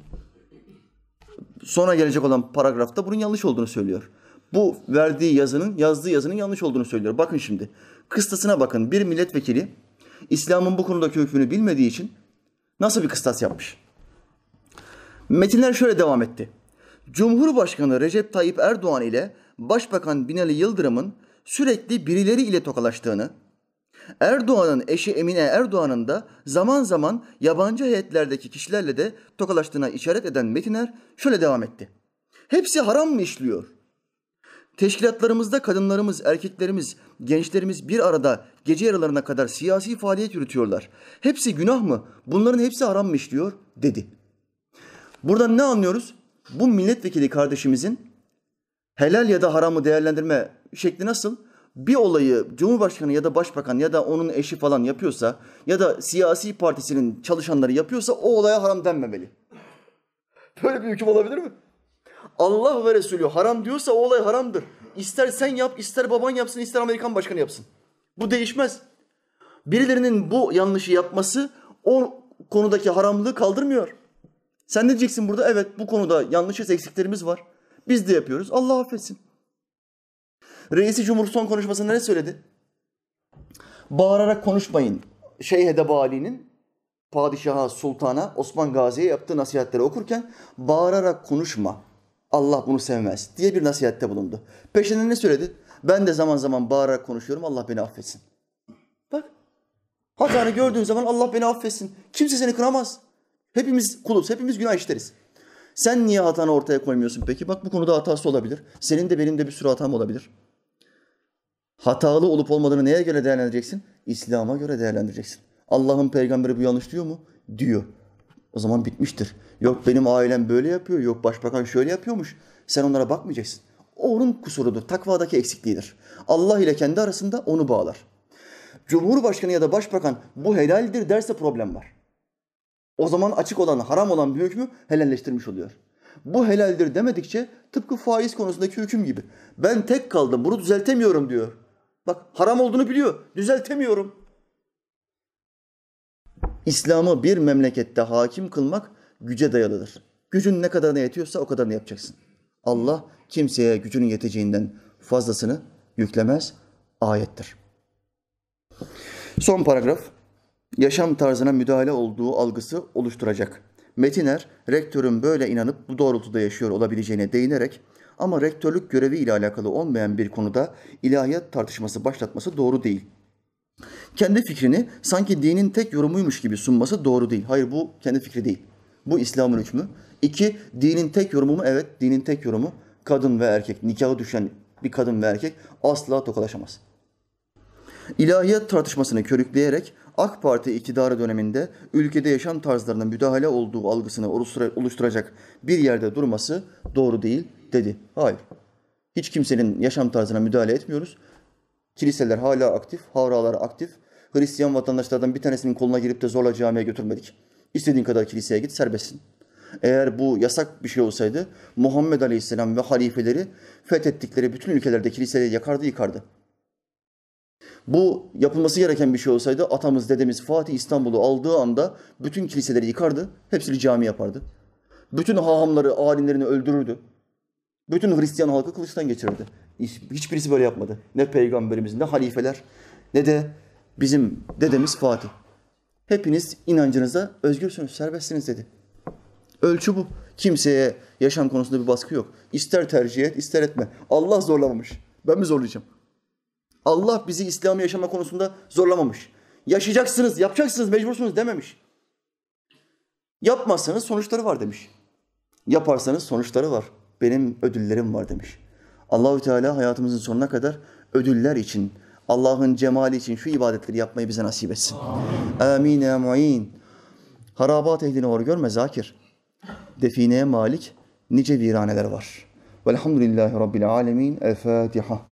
Sonra gelecek olan paragrafta bunun yanlış olduğunu söylüyor. Bu verdiği yazının, yazdığı yazının yanlış olduğunu söylüyor. Bakın şimdi, kıstasına bakın. Bir milletvekili İslam'ın bu konudaki hükmünü bilmediği için nasıl bir kıstas yapmış? Metinler şöyle devam etti. Cumhurbaşkanı Recep Tayyip Erdoğan ile Başbakan Binali Yıldırım'ın sürekli birileri ile tokalaştığını, Erdoğan'ın eşi Emine Erdoğan'ın da zaman zaman yabancı heyetlerdeki kişilerle de tokalaştığına işaret eden metinler şöyle devam etti. Hepsi haram mı işliyor? Teşkilatlarımızda kadınlarımız, erkeklerimiz, gençlerimiz bir arada gece yarılarına kadar siyasi faaliyet yürütüyorlar. Hepsi günah mı? Bunların hepsi haram mı işliyor? Dedi. Buradan ne anlıyoruz? Bu milletvekili kardeşimizin helal ya da haramı değerlendirme şekli nasıl? Bir olayı Cumhurbaşkanı ya da Başbakan ya da onun eşi falan yapıyorsa ya da siyasi partisinin çalışanları yapıyorsa o olaya haram denmemeli. Böyle bir hüküm olabilir mi? Allah ve Resulü haram diyorsa o olay haramdır. İster sen yap, ister baban yapsın, ister Amerikan başkanı yapsın. Bu değişmez. Birilerinin bu yanlışı yapması o konudaki haramlığı kaldırmıyor. Sen ne diyeceksin burada? Evet, bu konuda yanlışız, eksiklerimiz var. Biz de yapıyoruz. Allah affetsin. Reisi Cumhur son konuşmasında ne söyledi? Bağırarak konuşmayın. Şeyh Edebali'nin padişaha, sultana, Osman Gazi'ye yaptığı nasihatleri okurken bağırarak konuşma. Allah bunu sevmez diye bir nasihatte bulundu. Peşinden ne söyledi? Ben de zaman zaman bağırarak konuşuyorum. Allah beni affetsin. Bak. Hatanı gördüğün zaman Allah beni affetsin. Kimse seni kınamaz. Hepimiz kuluz. Hepimiz günah işleriz. Sen niye hatanı ortaya koymuyorsun peki? Bak bu konuda hatası olabilir. Senin de benim de bir sürü hatam olabilir. Hatalı olup olmadığını neye göre değerlendireceksin? İslam'a göre değerlendireceksin. Allah'ın peygamberi bu yanlış diyor mu? Diyor. O zaman bitmiştir. Yok benim ailem böyle yapıyor, yok başbakan şöyle yapıyormuş. Sen onlara bakmayacaksın. O onun kusurudur, takvadaki eksikliğidir. Allah ile kendi arasında onu bağlar. Cumhurbaşkanı ya da başbakan bu helaldir derse problem var. O zaman açık olan, haram olan bir hükmü helalleştirmiş oluyor. Bu helaldir demedikçe tıpkı faiz konusundaki hüküm gibi. Ben tek kaldım, bunu düzeltemiyorum diyor. Bak haram olduğunu biliyor, düzeltemiyorum. İslam'ı bir memlekette hakim kılmak güce dayalıdır. Gücün ne kadarına yetiyorsa o kadarını yapacaksın. Allah kimseye gücünün yeteceğinden fazlasını yüklemez. Ayettir. Son paragraf. Yaşam tarzına müdahale olduğu algısı oluşturacak. Metiner, rektörün böyle inanıp bu doğrultuda yaşıyor olabileceğine değinerek ama rektörlük görevi ile alakalı olmayan bir konuda ilahiyat tartışması başlatması doğru değil. Kendi fikrini sanki dinin tek yorumuymuş gibi sunması doğru değil. Hayır bu kendi fikri değil. Bu İslam'ın hükmü. İki, dinin tek yorumu mu? Evet, dinin tek yorumu kadın ve erkek, nikahı düşen bir kadın ve erkek asla tokalaşamaz. İlahiyat tartışmasını körükleyerek AK Parti iktidarı döneminde ülkede yaşam tarzlarına müdahale olduğu algısını oluşturacak bir yerde durması doğru değil dedi. Hayır. Hiç kimsenin yaşam tarzına müdahale etmiyoruz. Kiliseler hala aktif, havralar aktif. Hristiyan vatandaşlardan bir tanesinin koluna girip de zorla camiye götürmedik. İstediğin kadar kiliseye git, serbestsin. Eğer bu yasak bir şey olsaydı Muhammed Aleyhisselam ve halifeleri fethettikleri bütün ülkelerde kiliseleri yakardı, yıkardı. Bu yapılması gereken bir şey olsaydı atamız, dedemiz Fatih İstanbul'u aldığı anda bütün kiliseleri yıkardı, hepsini cami yapardı. Bütün hahamları, alimlerini öldürürdü. Bütün Hristiyan halkı kılıçtan geçirirdi. Hiçbirisi böyle yapmadı. Ne peygamberimiz, ne halifeler, ne de bizim dedemiz Fatih. Hepiniz inancınıza özgürsünüz, serbestsiniz dedi. Ölçü bu. Kimseye yaşam konusunda bir baskı yok. İster tercih et, ister etme. Allah zorlamamış. Ben mi zorlayacağım? Allah bizi İslam'ı yaşama konusunda zorlamamış. Yaşayacaksınız, yapacaksınız, mecbursunuz dememiş. Yapmazsanız sonuçları var demiş. Yaparsanız sonuçları var. Benim ödüllerim var demiş. Allahü Teala hayatımızın sonuna kadar ödüller için Allah'ın cemali için şu ibadetleri yapmayı bize nasip etsin. Amin ya mu'in. Harabat ehlini hor görme Zakir. Defineye malik nice viraneler var. Velhamdülillahi Rabbil alemin. El Fatiha.